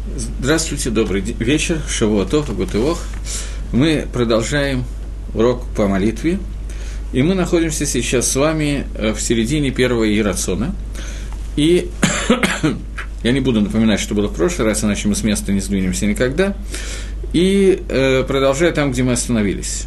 Здравствуйте, добрый вечер, Шавуа Тов, Гутывох. Мы продолжаем урок по молитве, и мы находимся сейчас с вами в середине первого иерациона. И я не буду напоминать, что было в прошлый раз, иначе мы с места не сдвинемся никогда. И продолжая там, где мы остановились.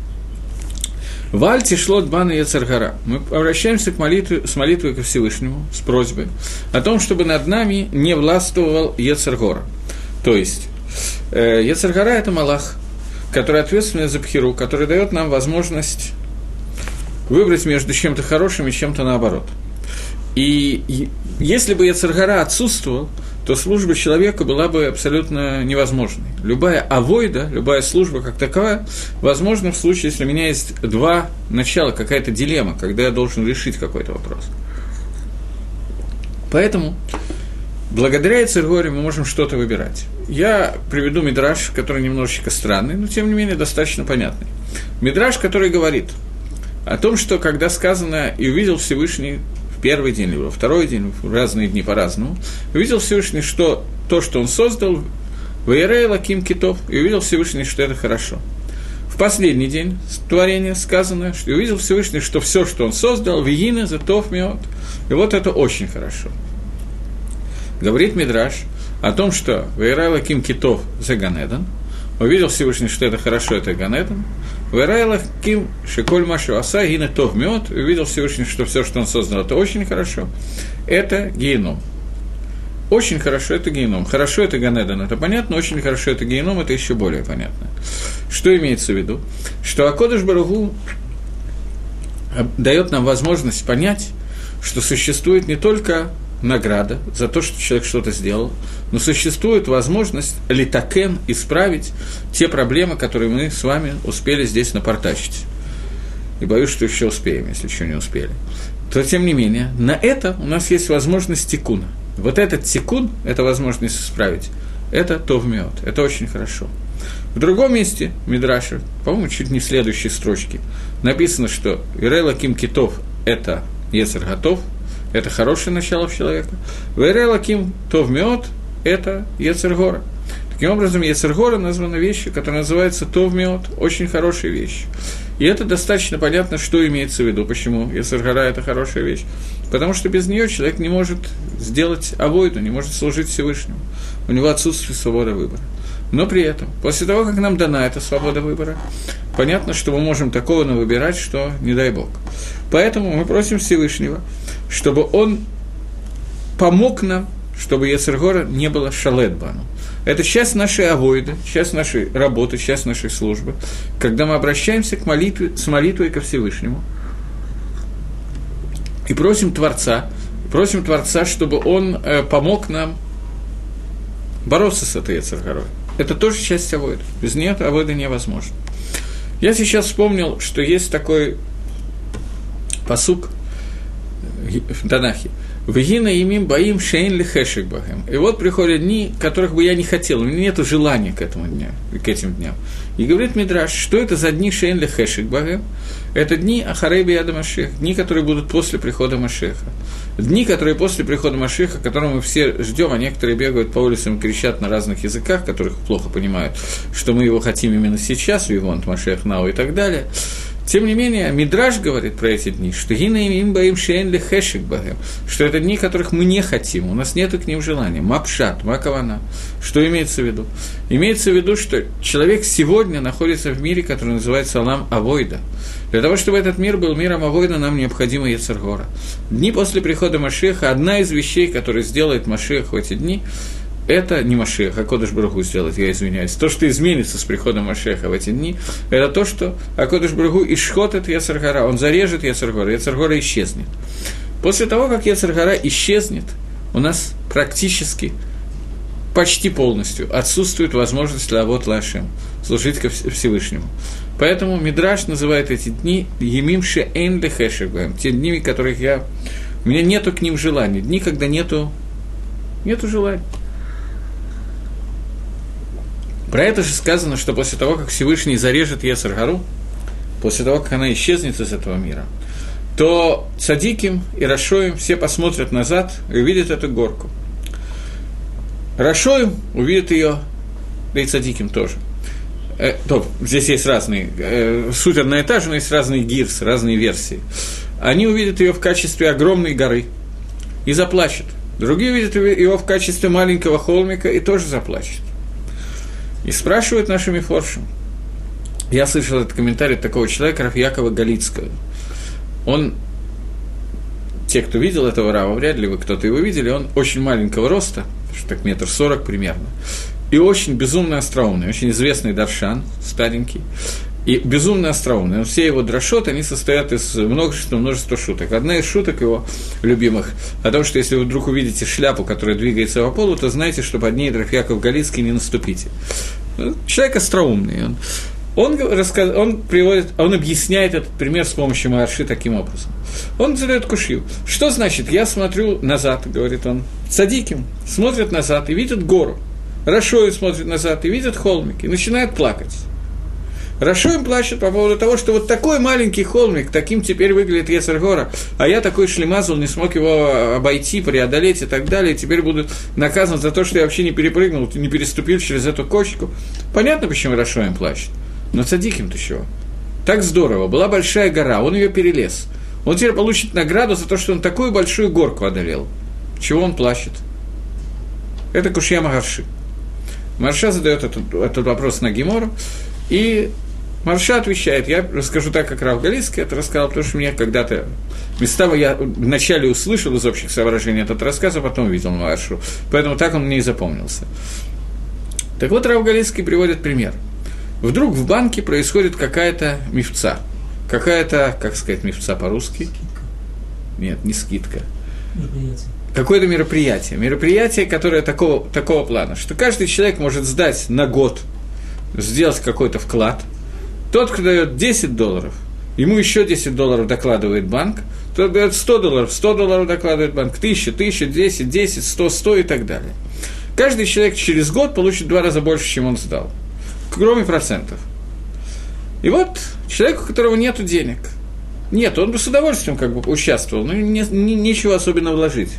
Валь тишлот бана йецер гара. Мы обращаемся с молитвой ко Всевышнему, с просьбой о том, чтобы над нами не властвовал йецер гора. То есть, йецер гара – это малах, который ответственный за пхиру, который дает нам возможность выбрать между чем-то хорошим и чем-то наоборот. И если бы йецер гара отсутствовал, то служба человека была бы абсолютно невозможной. Любая авойда, любая служба как таковая, возможна в случае, если у меня есть два начала, какая-то дилемма, когда я должен решить какой-то вопрос. Поэтому, благодаря йецер горе мы можем что-то выбирать. Я приведу мидраш, который немножечко странный, но тем не менее достаточно понятный. Мидраш, который говорит о том, что когда сказано «и увидел Всевышний», в первый день или во второй день, в разные дни по-разному, увидел Всевышний, что то, что он создал, «Ваерей лаким китов», и увидел Всевышний, что это хорошо. В последний день творения сказано, что увидел Всевышний, что все, что он создал, «Вегина затов меот», и вот это очень хорошо. Говорит Мидраш о том, что «Ваерей лаким китов за Ганедан», увидел Всевышний, что это хорошо, это Ганедан, «Ваерай ким шиколь машу аса гина тов мёд», увидел Всевышний, что все, что он создал, это очень хорошо, это геном. Очень хорошо, это геном. Хорошо, это Ганедан, это понятно, очень хорошо, это геном, это еще более понятно. Что имеется в виду? Что АКодеш Барух Ху дает нам возможность понять, что существует не только награда за то, что человек что-то сделал, но существует возможность литакен исправить те проблемы, которые мы с вами успели здесь напортачить. И боюсь, что еще успеем, если еще не успели. То, тем не менее, на это у нас есть возможность тикуна. Вот этот тикун, эта возможность исправить, это тов меот, это очень хорошо. В другом месте Мидраша, по-моему, чуть не в следующей строчке, написано, что «Ваерей лаким китов» – это йецер готов, это хорошее начало в человека. «Ваерей лаким тов меот» – это йецер гора. Таким образом, йецер гора названа вещью, которая называется тов меот, очень хорошая вещь. И это достаточно понятно, что имеется в виду, почему йецер гора – это хорошая вещь. Потому что без нее человек не может сделать авойду, не может служить Всевышнему. У него отсутствует свобода выбора. Но при этом, после того, как нам дана эта свобода выбора, понятно, что мы можем такого навыбирать, что не дай Бог. Поэтому мы просим Всевышнего, чтобы он помог нам, чтобы йецер гора не было шалет бану. Это часть нашей авойды, часть нашей работы, часть нашей службы, когда мы обращаемся к молитве, с молитвой ко Всевышнему и просим Творца, чтобы он помог нам бороться с этой йецер горой. Это тоже часть авойды. Без нее авойда невозможно. Я сейчас вспомнил, что есть такой пасук в Танахе. «Вегина имим баим шейн ли хэшек бахем». И вот приходят дни, которых бы я не хотел, у меня нет желания к этим дням. И говорит Мидраш, что это за дни шейн ли хэшек бахем? Это дни ахарей бияда Машиах, дни, которые будут после прихода Машиаха. Дни, которые после прихода Машиаха, которые мы все ждем, а некоторые бегают по улицам и кричат на разных языках, которых плохо понимают, что мы его хотим именно сейчас, Вивонт, Машиах, Нау и так далее. Тем не менее, Мидраш говорит про эти дни, что «Гина им баим шейн ли хэшек бахем», что это дни, которых мы не хотим, у нас нет к ним желания. Мапшат, макавана. Что имеется в виду? Имеется в виду, что человек сегодня находится в мире, который называется Алам Авойда. Для того, чтобы этот мир был миром Авойда, нам необходимо йецер гора. Дни после прихода Машиаха, одна из вещей, которые сделает Машиах в эти дни, это не Машиах, а Акодеш Барух Ху сделает, я извиняюсь. То, что изменится с приходом Машиаха в эти дни, это то, что Акодеш Барух Ху исхотет йецер гора, он зарежет йецер гора исчезнет. После того, как йецер гора исчезнет, у нас практически, почти полностью отсутствует возможность лавот лашем, служить ко Всевышнему. Поэтому Мидраш называет эти дни «Емим шеэн ле хэшек баэм», те дни, которых у меня нету к ним желания, дни, когда нету желания. Про это же сказано, что после того, как Всевышний зарежет йецер гору, после того, как она исчезнет из этого мира, то цадиким и рашоим все посмотрят назад и увидят эту горку. Рашоим увидит ее, да и цадиким тоже. Здесь есть разные, суть одна и та же, но есть разные гирсы, разные версии. Они увидят ее в качестве огромной горы и заплачут. Другие увидят ее в качестве маленького холмика и тоже заплачут. И спрашивают наши мифоршим. Я слышал этот комментарий от такого человека, Рав Якова Галицкого. Те, кто видел этого Рава, вряд ли вы кто-то его видели, он очень маленького роста, что так 1,40 м примерно, и очень безумно остроумный, очень известный даршан, старенький, и безумно остроумный. Все его драшот, они состоят из множества шуток. Одна из шуток его любимых о том, что если вы вдруг увидите шляпу, которая двигается по полу, то знайте, что под ней Рав Яков Галицкий не наступите. Человек остроумный, он объясняет этот пример с помощью Маарши таким образом. Он задает кушью. Что значит, я смотрю назад, говорит он, цадиким смотрит назад и видит гору. Рашоим смотрит назад и видит холмик, и начинает плакать. Рашоим плачет по поводу того, что вот такой маленький холмик, таким теперь выглядит Йецер Гора, а я такой шлемазл, не смог его обойти, преодолеть и так далее, и теперь буду наказан за то, что я вообще не перепрыгнул, не переступил через эту кочку. Понятно, почему Рашоим плачет. Но цадиким-то чего? Так здорово, была большая гора, он ее перелез. Он теперь получит награду за то, что он такую большую горку одолел. Чего он плачет? Это кушья Магарши. Марша задает этот вопрос на Гемору, и Марша отвечает, я расскажу так, как Рав Галицкий это рассказал, потому что мне когда-то местами я вначале услышал из общих соображений этот рассказ, а потом видел Маршу, поэтому так он мне и запомнился. Так вот, Рав Галицкий приводит пример. Вдруг в банке происходит какая-то мифца. Какая-то, как сказать, мифца по-русски? Скидка. Нет, не скидка. Мероприятие. Какое-то мероприятие. Мероприятие, которое такого плана, что каждый человек может сдать на год, сделать какой-то вклад. Тот, кто дает $10, ему еще $10 докладывает банк. Тот дает $100, $100 докладывает банк, 1000, 10, 10, 100, 100 и так далее. Каждый человек через год получит в 2 раза больше, чем он сдал. Кроме процентов. И вот человек, у которого нет денег. Нет, он бы с удовольствием как бы участвовал, но нечего особенно вложить.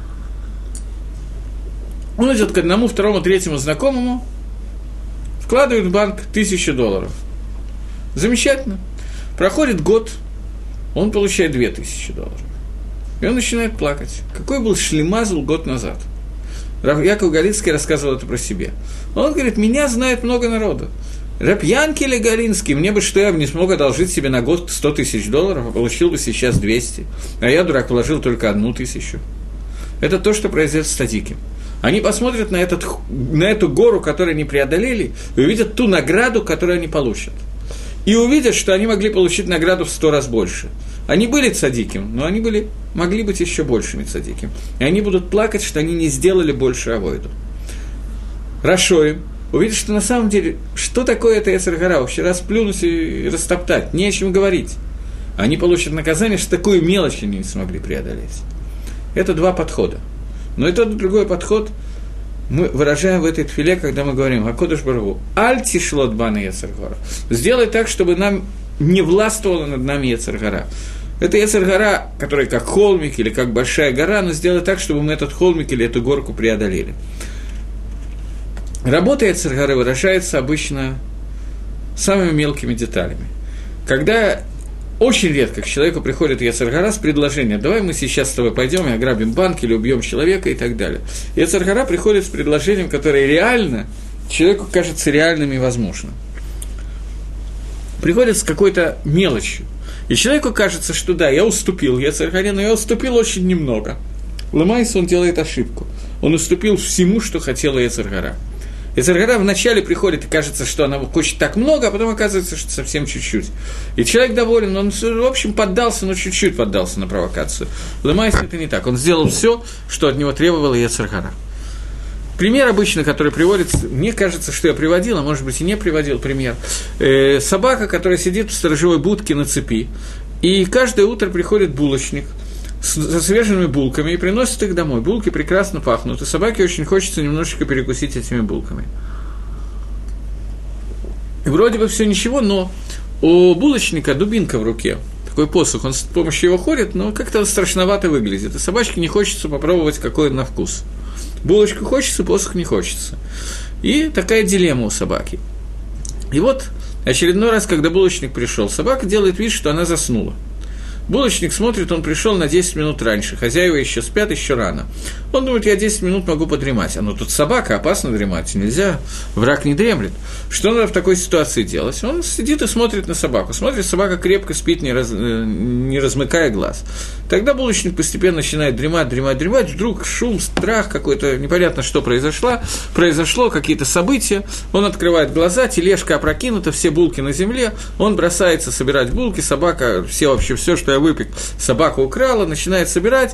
Он идет к одному, второму, третьему знакомому, вкладывает в банк $1000. Замечательно. Проходит год, он получает $2000. И он начинает плакать. Какой был шлемазл год назад? Рав Яков Галицкий рассказывал это про себя. Он говорит, меня знает много народу. Раб Янкель Галинский, мне бы что, я бы не смог одолжить себе на год $100 000, а получил бы сейчас 200. А я, дурак, вложил только 1000. Это то, что произойдет с цадиким. Они посмотрят на эту гору, которую они преодолели, и увидят ту награду, которую они получат. И увидят, что они могли получить награду в 100 раз больше. Они были цадиким, но они могли быть еще большими цадиким. И они будут плакать, что они не сделали больше авойду. Рашоим увидят, что на самом деле, что такое это Йецер Гара, вообще расплюнуть и растоптать, не о чем говорить. Они получат наказание, что такую мелочь они не смогли преодолеть. Это 2 подхода. Но и тот, и другой подход мы выражаем в этой тфиле, когда мы говорим «Акодыш Барух, аль тишлот бана Йецер Гара». Сделай так, чтобы нам не властвовала над нами Йецер Гара. Это Йецер Гара, который как холмик или как большая гора, но сделай так, чтобы мы этот холмик или эту горку преодолели. Работа Йецер Гары выражается обычно самыми мелкими деталями. Когда очень редко к человеку приходит Йецер Гара с предложением: давай мы сейчас с тобой пойдем и ограбим банк или убьем человека и так далее. Йецер Гара приходит с предложением, которое реально человеку кажется реальным и возможным. Приходит с какой-то мелочью. И человеку кажется, что да, я уступил Йецер Гаре, но я уступил очень немного. Ломайс, он делает ошибку. Он уступил всему, что хотела Йецер Гара. Йецер Гара вначале приходит и кажется, что она хочет так много, а потом оказывается, что совсем чуть-чуть. И человек доволен, он, в общем, поддался, но чуть-чуть поддался на провокацию. Ломайс это не так. Он сделал все, что от него требовала Йецер Гара. Пример обычно, который приводится, мне кажется, что я приводил, а может быть и не приводил пример. Собака, которая сидит в сторожевой будке на цепи, и каждое утро приходит булочник со свежими булками и приносит их домой. Булки прекрасно пахнут, и собаке очень хочется немножечко перекусить этими булками. И вроде бы все ничего, но у булочника дубинка в руке, такой посох, он с помощью его ходит, но как-то страшновато выглядит, и собачке не хочется попробовать, какой он на вкус. Булочку хочется, посох не хочется. И такая дилемма у собаки. И вот очередной раз, когда булочник пришел, собака делает вид, что она заснула. Булочник смотрит, он пришел на 10 минут раньше, хозяева еще спят, еще рано. Он думает, я 10 минут могу подремать. А ну тут собака, опасно дремать, нельзя, враг не дремлет. Что надо в такой ситуации делать? Он сидит и смотрит на собаку. Смотрит, собака крепко спит, не размыкая глаз. Тогда булочник постепенно начинает дремать. Вдруг шум, страх какой-то, непонятно, что произошло, какие-то события. Он открывает глаза, тележка опрокинута, все булки на земле. Он бросается собирать булки, собака, все, что я выпек, собака украла, начинает собирать,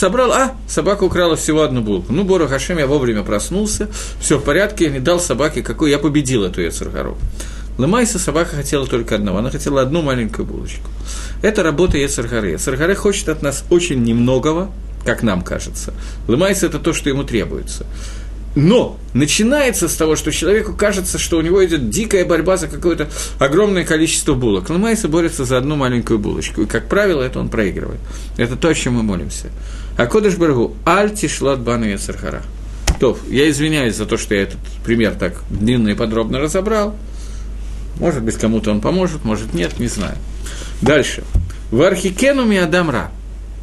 собака украла всего одну булку. Ну, Борух Ашем, я вовремя проснулся, все в порядке, я не дал собаке я победил эту Йецер Гару. Лемайса собака хотела только одного, она хотела одну маленькую булочку. Это работа Йецер Гары. Йецер Гара хочет от нас очень немногого, как нам кажется. Лемайса – это то, что ему требуется. Но начинается с того, что человеку кажется, что у него идет дикая борьба за какое-то огромное количество булок. Лемайса борется за одну маленькую булочку, и, как правило, это он проигрывает. Это то, о чем мы молимся. Акодеш Барух аль тишлот бану Йецер Гара. То, я извиняюсь за то, что я этот пример так длинно и подробно разобрал. Может быть, кому-то он поможет, может, нет, не знаю. Дальше. Вархикену миадам ра.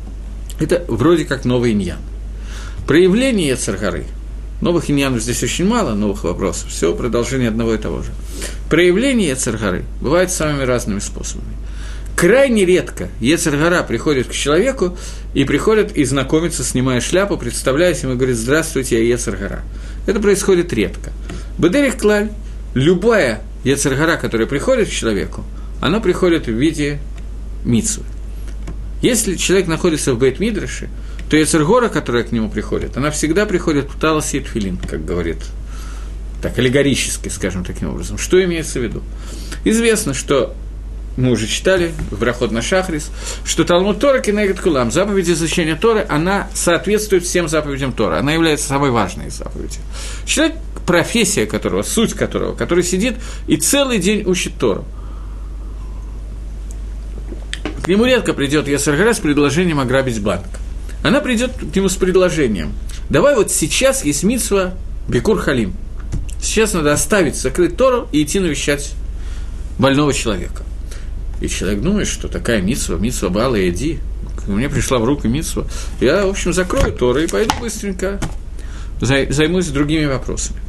Это вроде как новый иньян. Проявление Йецер Гары. Новых иньянов здесь очень мало, новых вопросов. Все продолжение одного и того же. Проявление Йецер Гары бывает самыми разными способами. Крайне редко Йецер Гара приходит к человеку и приходит и знакомится, снимая шляпу, представляясь ему и говорит: «Здравствуйте, я Йецер Гара». Это происходит редко. Бедерих клаль, любая Йецер Гара, которая приходит к человеку, она приходит в виде мицвы. Если человек находится в Бейт-Мидраше, то Йецер Гара, которая к нему приходит, она всегда приходит в Талас и Тфилин, как говорит, так аллегорически, скажем таким образом. Что имеется в виду? Известно, что мы уже читали в Брахот на Шахрис, что Талмуд Тора кенегед кулам, заповедь изучения Торы, она соответствует всем заповедям Торы, она является самой важной из заповедей. Человек, профессия которого, суть которого, который сидит и целый день учит Тору, к нему редко придет Йецер Гара с предложением ограбить банк. Она придет к нему с предложением: давай вот сейчас есть мицва Бикур Халим. Сейчас надо оставить, закрыть Тору и идти навещать больного человека. И человек думает, что такая мицва Баала и Эди, мне пришла в руки мицва, я, в общем, закрою Тору и пойду быстренько займусь другими вопросами.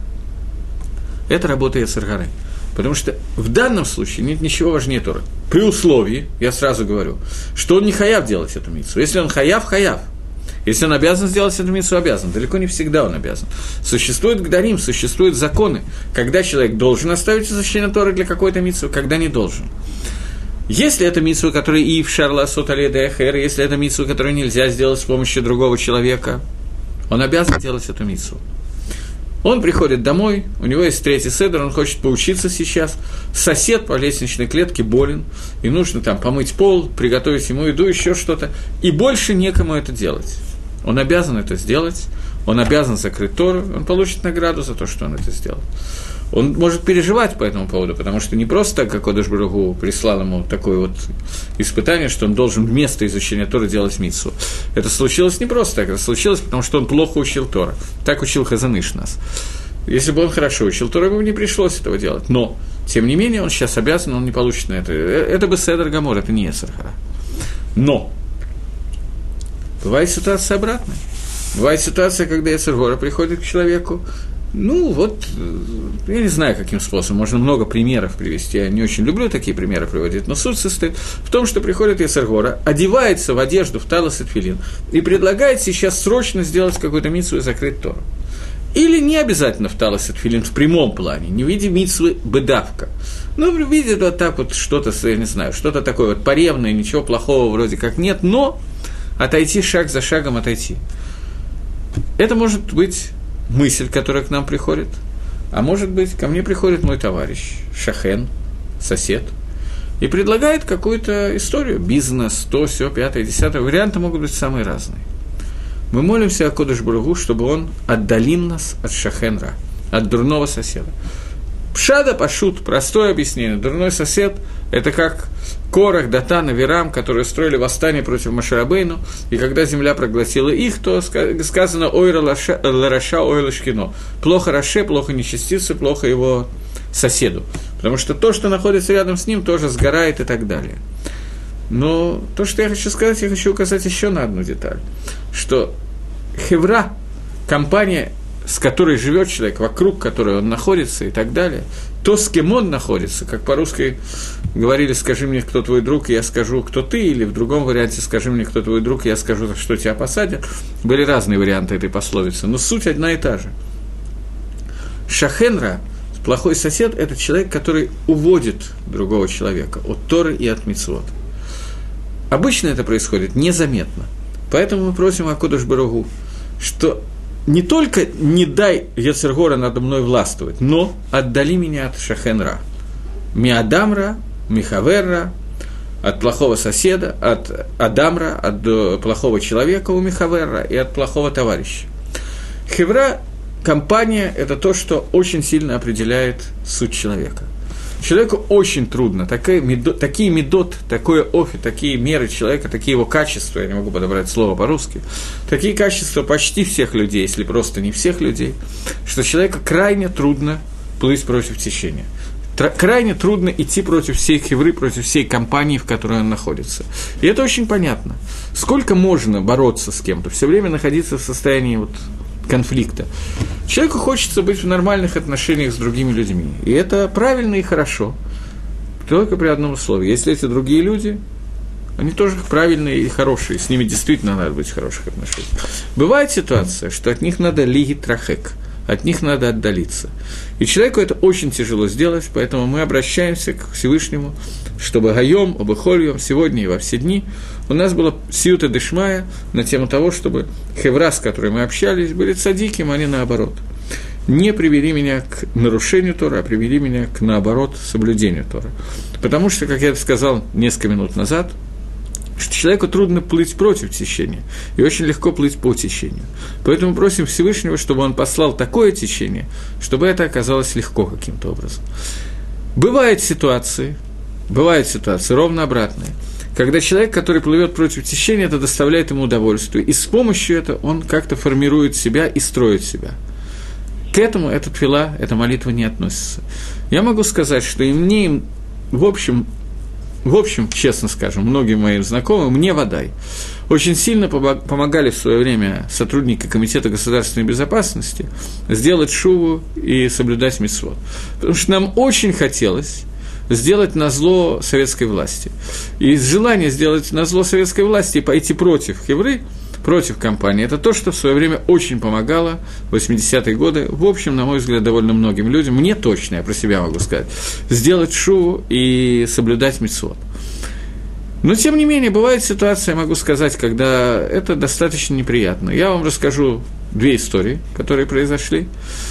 Это работа Йецер Гары. Потому что в данном случае нет ничего важнее Торы. При условии, я сразу говорю, что он не хаяв делать эту мицву. Если он хаяв. Если он обязан сделать эту мицву, обязан. Далеко не всегда он обязан. Существует гдарим, существуют законы, когда человек должен оставить изучение Торы для какой-то мицвы, когда не должен. Если это мицва, которая и в Шарла Сот Аледа Эхер, если это мицва, которую нельзя сделать с помощью другого человека, он обязан делать эту мицву. Он приходит домой, у него есть третий седер, он хочет поучиться сейчас, сосед по лестничной клетке болен, и нужно там помыть пол, приготовить ему еду, еще что-то, и больше некому это делать. Он обязан это сделать, он обязан закрыть Тору, он получит награду за то, что он это сделал. Он может переживать по этому поводу, потому что не просто, как Акодеш Барух Ху прислал ему такое вот испытание, что он должен вместо изучения Торы делать мицву. Это случилось не просто так, это случилось, потому что он плохо учил Тору. Так учил Хазон Иш нас. Если бы он хорошо учил Тору, ему не пришлось этого делать. Но, тем не менее, он сейчас обязан, он не получит на это. Это бы Седер Гамор, это не Йецер Гара. Но бывает ситуация обратная. Бывает ситуация, когда Йецер Гара приходит к человеку. Ну, вот, я не знаю, каким способом, можно много примеров привести, я не очень люблю такие примеры приводить, но суть состоит в том, что приходит Йецер Гара, одевается в одежду, в талас и тфилин, и предлагает сейчас срочно сделать какую-то мицву и закрыть Тору. Или не обязательно в талас и тфилин, в прямом плане, не в виде мицвы бедавка, но в виде вот так вот что-то, я не знаю, что-то такое вот поревное, ничего плохого вроде как нет, но отойти шаг за шагом, отойти. Это может быть мысль, которая к нам приходит, а может быть, ко мне приходит мой товарищ, шахен, сосед, и предлагает какую-то историю, бизнес, то, сё, 5, 10, варианты могут быть самые разные. Мы молимся Акодеш Барух Ху, чтобы он отдалил нас от шахенра, от дурного соседа. Пшада пашут, простое объяснение, дурной сосед – это как Корах, Датан, Авирам, которые строили восстание против Моше Рабейну, и когда земля проглотила их, то сказано «Ойра лараша, ойра шкино». Плохо Раше, плохо нечестивцу, плохо его соседу. Потому что то, что находится рядом с ним, тоже сгорает и так далее. Но то, что я хочу сказать, я хочу указать еще на одну деталь, что хевра, компания, с которой живет человек, вокруг которой он находится и так далее, то, с кем он находится, как по-русски говорили «скажи мне, кто твой друг, и я скажу, кто ты», или в другом варианте «скажи мне, кто твой друг, и я скажу, что тебя посадят». Были разные варианты этой пословицы, но суть одна и та же. Шахенра, плохой сосед – это человек, который уводит другого человека от Торы и от мицвот. Обычно это происходит незаметно. Поэтому мы просим Акодош Барух, что не только не дай Йецер Гора надо мной властвовать, но отдали меня от Шахенра. Миадамра, Михаверра, от плохого соседа, от Адамра, от плохого человека у Михаверра и от плохого товарища. Хевра, компания – это то, что очень сильно определяет суть человека. Человеку очень трудно, такие медот, такое офи, такие меры человека, такие его качества, я не могу подобрать слово по-русски, такие качества почти всех людей, если просто не всех людей, что человеку крайне трудно плыть против течения. Крайне трудно идти против всей хевры, против всей компании, в которой он находится. И это очень понятно. Сколько можно бороться с кем-то, все время находиться в состоянии конфликта. Человеку хочется быть в нормальных отношениях с другими людьми. И это правильно и хорошо. Только при одном условии. Если эти другие люди, они тоже правильные и хорошие. С ними действительно надо быть в хороших отношениях. Бывает ситуация, что от них надо лигит рахек. От них надо отдалиться. И человеку это очень тяжело сделать, поэтому мы обращаемся к Всевышнему, чтобы Гайом, Обыхольем, сегодня и во все дни у нас была сиюта дешмая на тему того, чтобы хевра, с которой мы общались, были цадиким, а не наоборот. Не привели меня к нарушению Тора, а привели меня к, наоборот, соблюдению Тора. Потому что, как я сказал несколько минут назад, что человеку трудно плыть против течения, и очень легко плыть по течению. Поэтому просим Всевышнего, чтобы он послал такое течение, чтобы это оказалось легко каким-то образом. Бывают ситуации ровно обратные, когда человек, который плывет против течения, это доставляет ему удовольствие, и с помощью этого он как-то формирует себя и строит себя. К этому эта тфила, эта молитва не относится. Я могу сказать, что и мне, в общем, честно скажем, многим моим знакомым, мне Вадай, очень сильно помогали в свое время сотрудники Комитета государственной безопасности сделать шуву и соблюдать мицвот. Потому что нам очень хотелось сделать назло советской власти. И из желания сделать назло советской власти и пойти против хевры, против компании, это то, что в свое время очень помогало в 80-е годы, в общем, на мой взгляд, довольно многим людям, мне точно, я про себя могу сказать, сделать шуву и соблюдать мицвот. Но, тем не менее, бывает ситуация, я могу сказать, когда это достаточно неприятно. Я вам расскажу две истории, которые произошли.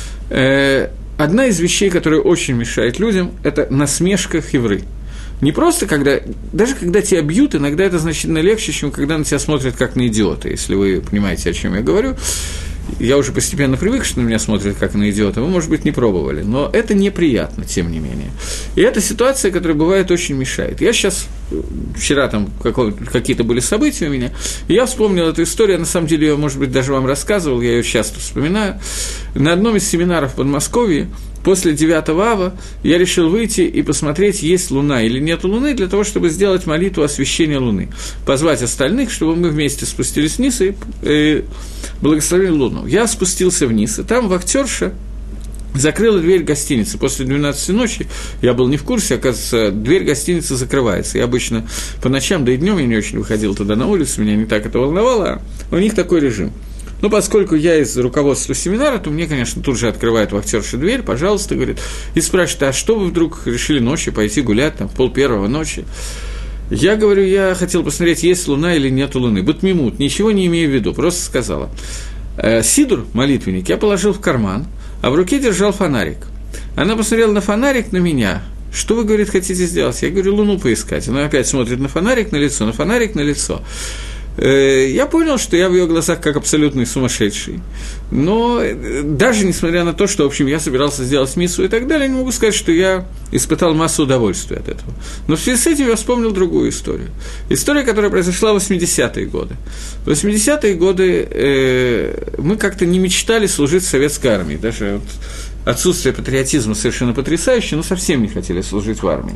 Одна из вещей, которая очень мешает людям, это насмешка хевры. Не просто даже когда тебя бьют, иногда это значительно легче, чем когда на тебя смотрят как на идиота, если вы понимаете, о чем я говорю. Я уже постепенно привык, что на меня смотрят как на идиота, вы, может быть, не пробовали, но это неприятно, тем не менее. И это ситуация, которая бывает очень мешает. Я сейчас, вчера там какие-то были события у меня, и я вспомнил эту историю, я, на самом деле, ее, может быть, даже вам рассказывал, я ее часто вспоминаю. На одном из семинаров в Подмосковье после 9 ава я решил выйти и посмотреть, есть луна или нет луны, для того, чтобы сделать молитву освящения луны. Позвать остальных, чтобы мы вместе спустились вниз и благословили луну. Я спустился вниз, и там вахтерша закрыла дверь гостиницы. После 12 ночи, я был не в курсе, оказывается, дверь гостиницы закрывается. Я обычно по ночам, да и днем я не очень выходил туда на улицу, меня не так это волновало, а у них такой режим. Но поскольку я из руководства семинара, то мне, конечно, тут же открывает вахтерша дверь, пожалуйста, говорит, и спрашивает, а что вы вдруг решили ночью пойти гулять, там, в 12:30 ночи? Я говорю, я хотел посмотреть, есть луна или нет луны. Батмимут, ничего не имею в виду, просто сказала. Сидур, молитвенник, я положил в карман, а в руке держал фонарик. Она посмотрела на фонарик, на меня. Что вы, говорит, хотите сделать? Я говорю, луну поискать. Она опять смотрит на фонарик, на лицо, на фонарик, на лицо. я понял, что я в ее глазах как абсолютный сумасшедший. Но даже несмотря на то, что, в общем, я собирался сделать миссу и так далее, не могу сказать, что я испытал массу удовольствия от этого. Но в связи с этим я вспомнил другую историю. История, которая произошла в 80-е годы. В 80-е годы мы как-то не мечтали служить в советской армии. Даже вот отсутствие патриотизма совершенно потрясающее, но совсем не хотели служить в армии.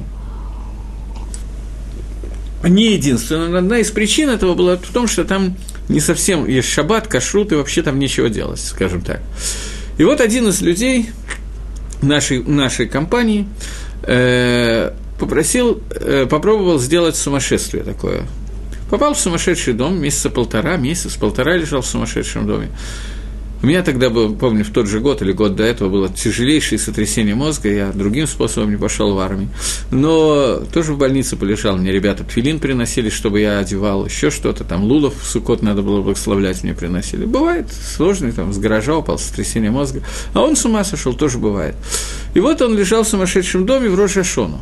Не единственная, одна из причин этого была в том, что там не совсем есть шаббат, кашрут, и вообще там нечего делать, скажем так. И вот один из людей нашей компании попробовал сделать сумасшествие такое. Попал в сумасшедший дом, месяц полтора лежал в сумасшедшем доме. У меня тогда был, помню, в тот же год или год до этого было тяжелейшее сотрясение мозга, я другим способом не пошел в армию. Но тоже в больнице полежал, мне ребята тфилин приносили, чтобы я одевал, еще что-то, там лулов в Суккот надо было благословлять, мне приносили. Бывает, сложный, там, с гаража упал, сотрясение мозга. А он с ума сошел, тоже бывает. И вот он лежал в сумасшедшем доме в Рош ха-Шана.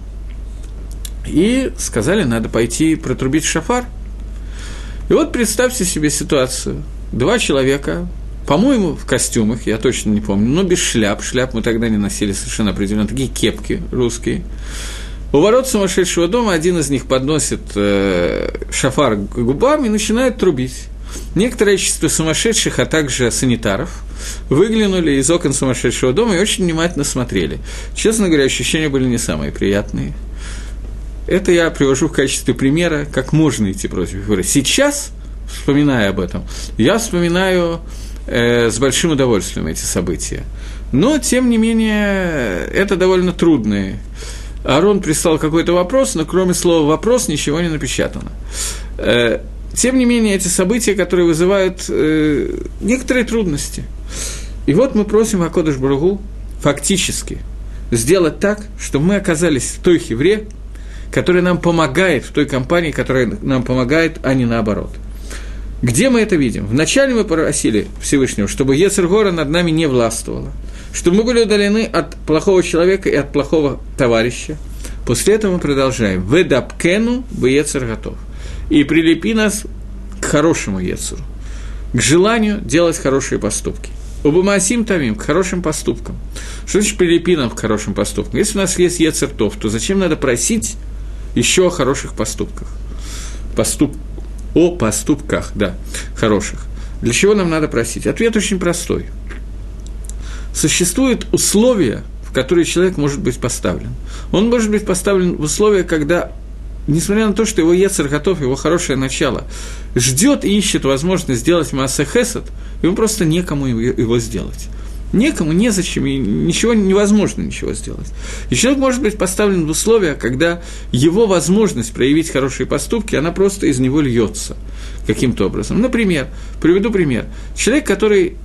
И сказали, надо пойти протрубить шафар. И вот представьте себе ситуацию. 2 человека, по-моему, в костюмах, я точно не помню, но без шляп. Шляп мы тогда не носили совершенно определенно. Такие кепки русские. У ворот сумасшедшего дома один из них подносит шафар к губам и начинает трубить. Некоторое количество сумасшедших, а также санитаров, выглянули из окон сумасшедшего дома и очень внимательно смотрели. Честно говоря, ощущения были не самые приятные. Это я привожу в качестве примера, как можно идти против выбора. Сейчас, вспоминая об этом, я вспоминаю с большим удовольствием эти события. Но, тем не менее, это довольно трудные. Аарон прислал какой-то вопрос, но кроме слова «вопрос» ничего не напечатано. Тем не менее, эти события, которые вызывают некоторые трудности. И вот мы просим ха-Кодеш Барух Ху фактически сделать так, чтобы мы оказались в той хевре, которая нам помогает, в той компании, которая нам помогает, а не наоборот. Где мы это видим? Вначале мы просили Всевышнего, чтобы Йецер гара над нами не властвовала, чтобы мы были удалены от плохого человека и от плохого товарища. После этого мы продолжаем. «Ведапкену б'Йецер готов». И прилепи нас к хорошему Йецеру, к желанию делать хорошие поступки. Убамаасим тамим, к хорошим поступкам. Что значит прилепи нам к хорошим поступкам? Если у нас есть Йецер тов, то зачем надо просить еще о хороших поступках? О поступках, да, хороших. Для чего нам надо просить? Ответ очень простой. Существуют условия, в которые человек может быть поставлен. Он может быть поставлен в условия, когда, несмотря на то, что его Йецер готов, его хорошее начало, ждет и ищет возможность сделать маасе хесед, ему просто некому его сделать. Некому, незачем, и ничего невозможно ничего сделать. И человек может быть поставлен в условия, когда его возможность проявить хорошие поступки, она просто из него льется каким-то образом. Например, приведу пример. Человек, который...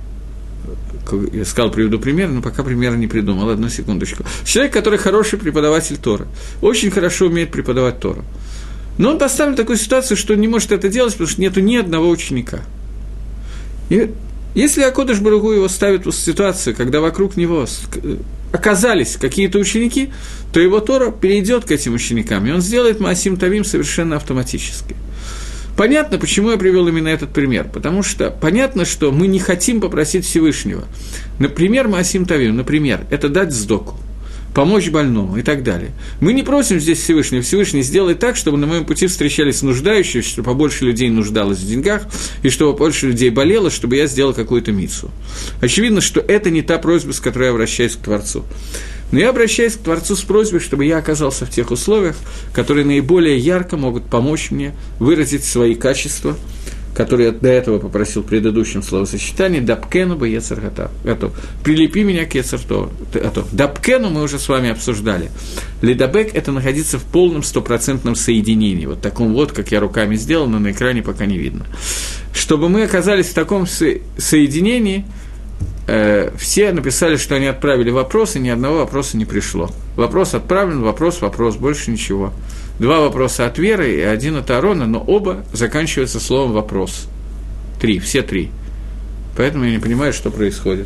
Я сказал, приведу пример, но пока примера не придумал, одну секундочку. Человек, который хороший преподаватель Торы, очень хорошо умеет преподавать Тору. Но он поставлен в такую ситуацию, что он не может это делать, потому что нету ни одного ученика. И если ха-Кодеш Барух Ху его ставит в ситуацию, когда вокруг него оказались какие-то ученики, то его Тора перейдет к этим ученикам, и он сделает маасим тавим совершенно автоматически. Понятно, почему я привел именно этот пример, потому что понятно, что мы не хотим попросить Всевышнего. Например, маасим тавим, например, это дать сдоку, помочь больному и так далее. Мы не просим здесь Всевышнего. Всевышний сделай так, чтобы на моем пути встречались нуждающиеся, чтобы побольше людей нуждалось в деньгах, и чтобы побольше людей болело, чтобы я сделал какую-то мицву. Очевидно, что это не та просьба, с которой я обращаюсь к Творцу. Но я обращаюсь к Творцу с просьбой, чтобы я оказался в тех условиях, которые наиболее ярко могут помочь мне выразить свои качества, который я до этого попросил в предыдущем словосочетании, «Дапкену бы Йецер готов». «Прилепи меня к Йецер готов». «Дапкену» мы уже с вами обсуждали. «Лидабек» – это находиться в полном 100% соединении, вот таком вот, как я руками сделал, но на экране пока не видно. Чтобы мы оказались в таком соединении, все написали, что они отправили вопрос, и ни одного вопроса не пришло. Вопрос отправлен, вопрос, больше ничего. 2 вопроса от Веры и 1 от Аарона, но оба заканчиваются словом «вопрос». 3, все 3. Поэтому я не понимаю, что происходит.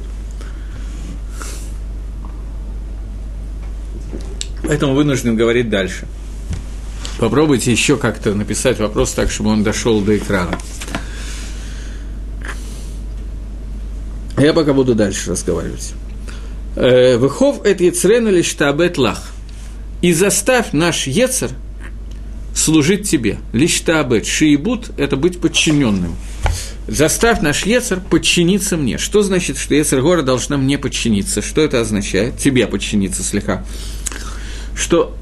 Поэтому вынужден говорить дальше. Попробуйте еще как-то написать вопрос так, чтобы он дошел до экрана. Я пока буду дальше разговаривать. «Выхов эт яцрена лишь таабет лах». «И заставь наш яцер служить тебе». Лишь таабет. Шиибут – это быть подчиненным. «Заставь наш яцер подчиниться мне». Что значит, что яцер гора должна мне подчиниться? Что это означает? Тебе подчиниться слегка. Что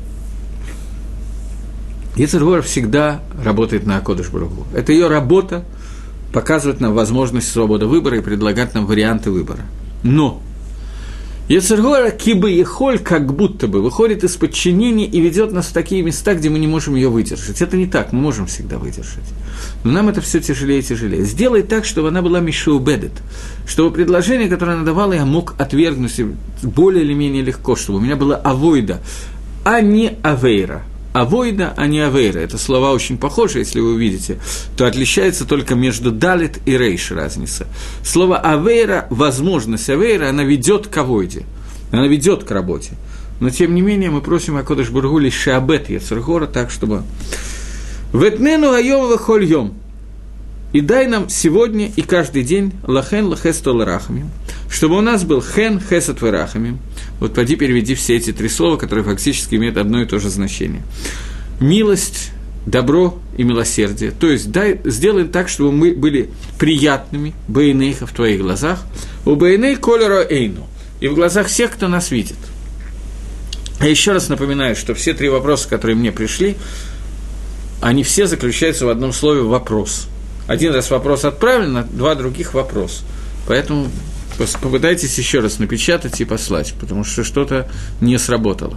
яцер гора всегда работает на акодыш барух ху. Это ее работа показывать нам возможность свободы выбора и предлагать нам варианты выбора. Но яцер гора кибы ехоль как будто бы выходит из подчинения и ведет нас в такие места, где мы не можем ее выдержать. Это не так, мы можем всегда выдержать. Но нам это все тяжелее и тяжелее. Сделай так, чтобы она была мишеубедет, чтобы предложение, которое она давала, я мог отвергнуть более или менее легко, чтобы у меня была авойда, а не авейра. Авойда, а не авейра. Это слова очень похожи, если вы увидите, то отличается только между далит и рейш разница. Слово авейра, возможность авейра, она ведет к авойде, она ведет к работе. Но, тем не менее, мы просим акодыш барух ху лишь шеабет яцер гора, так, чтобы «Ветнену айом вехоль йом» и дай нам сегодня и каждый день лахен лахес тол рахамим, чтобы у нас был хен хесет варахамим. Вот поди переведи все эти три слова, которые фактически имеют одно и то же значение. Милость, добро и милосердие. То есть сделай так, чтобы мы были приятными бейнейха в твоих глазах, у бейней колера эйну, и в глазах всех, кто нас видит. Я еще раз напоминаю, что все три вопроса, которые мне пришли, они все заключаются в одном слове «вопрос». Один раз вопрос отправлен, а два других – вопрос. Поэтому попытайтесь еще раз напечатать и послать, потому что что-то не сработало.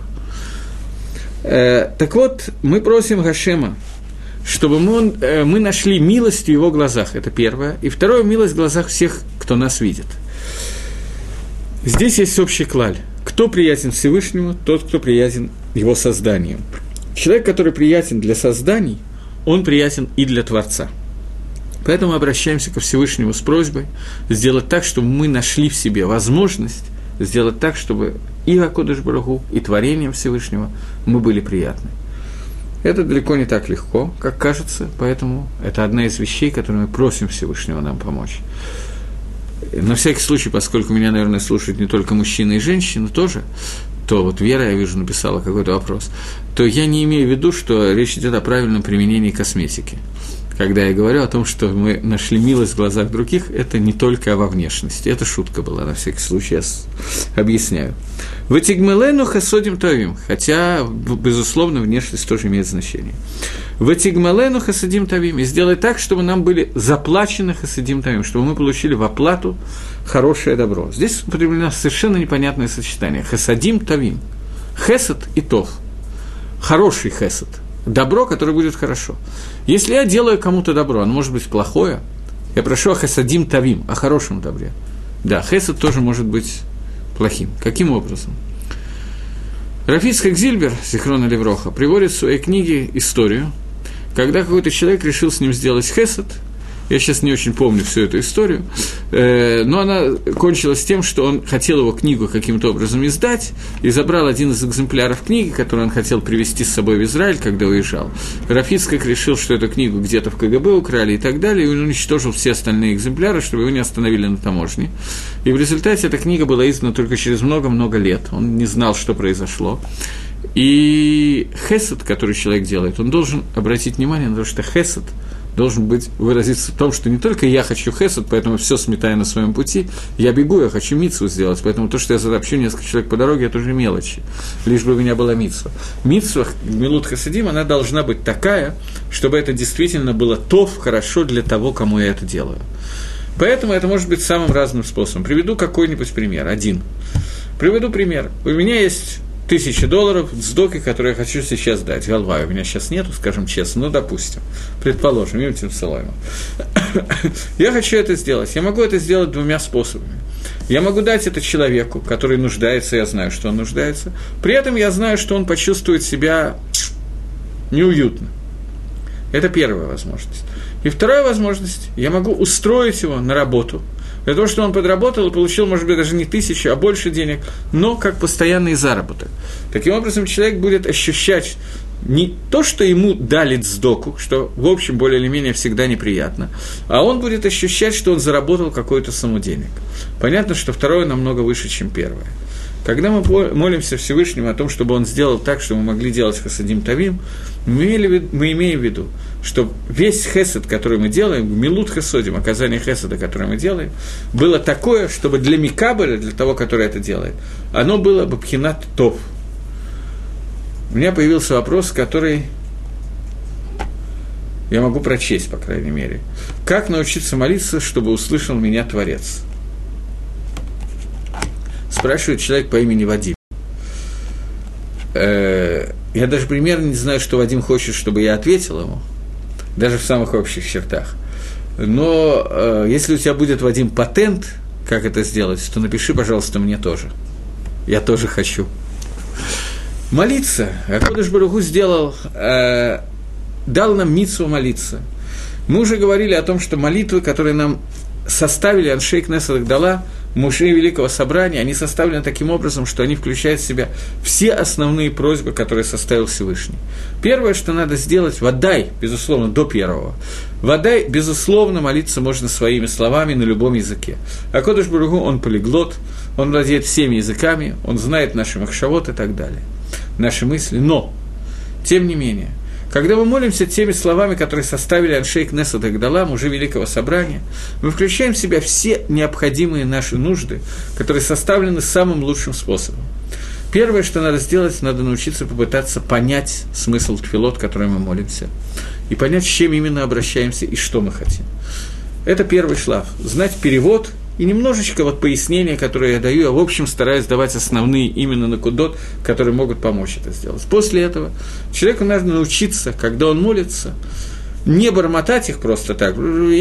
Так вот, мы просим Гашема, чтобы мы нашли милость в его глазах, это первое. И второе – милость в глазах всех, кто нас видит. Здесь есть общий клаль. Кто приятен Всевышнему, тот, кто приятен его созданием. Человек, который приятен для созданий, он приятен и для Творца. Поэтому обращаемся ко Всевышнему с просьбой сделать так, чтобы мы нашли в себе возможность сделать так, чтобы и акодыш барух ху, и творением Всевышнего мы были приятны. Это далеко не так легко, как кажется, поэтому это одна из вещей, которую мы просим Всевышнего нам помочь. На всякий случай, поскольку меня, наверное, слушают не только мужчины и женщины тоже, то вот Вера, я вижу, написала какой-то вопрос, то я не имею в виду, что речь идет о правильном применении косметики. Когда я говорю о том, что мы нашли милость в глазах других, это не только во внешности. Это шутка была, на всякий случай, я объясняю. «Ватигмелену хасодим тавим», хотя, безусловно, внешность тоже имеет значение. «Ватигмелену хасадим тавим», и сделай так, чтобы нам были заплачены хасадим тавим, чтобы мы получили в оплату хорошее добро. Здесь употреблено совершенно непонятное сочетание. Хасадим тавим. Хесед и тов. Хороший хесед. Добро, которое будет хорошо. Если я делаю кому-то добро, оно может быть плохое, я прошу о хесадим тавим, о хорошем добре. Да, хесед тоже может быть плохим. Каким образом? Рав Ицхак Зильбер, зихрона левроха, приводит в своей книге историю, когда какой-то человек решил с ним сделать хесед. Я сейчас не очень помню всю эту историю, но она кончилась тем, что он хотел его книгу каким-то образом издать, и забрал один из экземпляров книги, который он хотел привезти с собой в Израиль, когда уезжал. Рав Ицхак решил, что эту книгу где-то в КГБ украли и так далее, и он уничтожил все остальные экземпляры, чтобы его не остановили на таможне. И в результате эта книга была издана только через много-много лет. Он не знал, что произошло. И хесед, который человек делает, он должен обратить внимание на то, что хесед должен быть выразиться в том, что не только я хочу хесед, поэтому все сметаю на своем пути, я бегу, я хочу мицву сделать, поэтому то, что я задопщу несколько человек по дороге, это уже мелочи, лишь бы у меня была мицва. Мицва, милут хасидим, она должна быть такая, чтобы это действительно было тов, хорошо для того, кому я это делаю. Поэтому это может быть самым разным способом. Приведу какой-нибудь пример, один. Приведу пример. У меня есть $1000 сдоки, которые я хочу сейчас дать. Голова у меня сейчас нету, скажем честно, но допустим, предположим, Юнтим Салаймов. Я хочу это сделать. Я могу это сделать двумя способами. Я могу дать это человеку, который нуждается, я знаю, что он нуждается. При этом я знаю, что он почувствует себя неуютно. Это первая возможность. И вторая возможность, я могу устроить его на работу, для того, чтобы он подработал и получил, может быть, даже не 1000, а больше денег, но как постоянный заработок. Таким образом, человек будет ощущать не то, что ему дали цдоку, что, в общем, более или менее всегда неприятно, а он будет ощущать, что он заработал какой-то сумму денег. Понятно, что второе намного выше, чем первое. Когда мы молимся Всевышнему о том, чтобы он сделал так, чтобы мы могли делать хасадим тавим, мы имеем в виду, что весь хесед, который мы делаем, милут хесодим, оказание хеседа, которое мы делаем, было такое, чтобы для микабеля, для того, который это делает, оно было бы пхинат тов. У меня появился вопрос, который я могу прочесть, по крайней мере. Как научиться молиться, чтобы услышал меня Творец? Спрашивает человек по имени Вадим. Я даже примерно не знаю, что Вадим хочет, чтобы я ответил ему, даже в самых общих чертах. Но если у тебя будет, Вадим, патент, как это сделать, то напиши, пожалуйста, мне тоже. Я тоже хочу. Молиться. Акодыш Барух Ху сделал, дал нам мицву молиться. Мы уже говорили о том, что молитвы, которые нам составили Аншей Кнесет Агдала, мужи Великого Собрания, они составлены таким образом, что они включают в себя все основные просьбы, которые составил Всевышний. Первое, что надо сделать, вадай, безусловно, до первого. Вадай, безусловно, молиться можно своими словами на любом языке. Акодыш Барух Ху, он полиглот, он владеет всеми языками, он знает наши махшавот и так далее, наши мысли. Но, тем не менее, когда мы молимся теми словами, которые составили Аншей Кнесет Агдала, мужи Великого Собрания, мы включаем в себя все необходимые наши нужды, которые составлены самым лучшим способом. Первое, что надо сделать, надо научиться попытаться понять смысл тфилот, который мы молимся, и понять, с чем именно обращаемся и что мы хотим. Это первый шлаф. Знать перевод и немножечко вот пояснения, которые я даю, я в общем стараюсь давать основные именно накудот, которые могут помочь это сделать. После этого человеку надо научиться, когда он молится, не бормотать их просто так,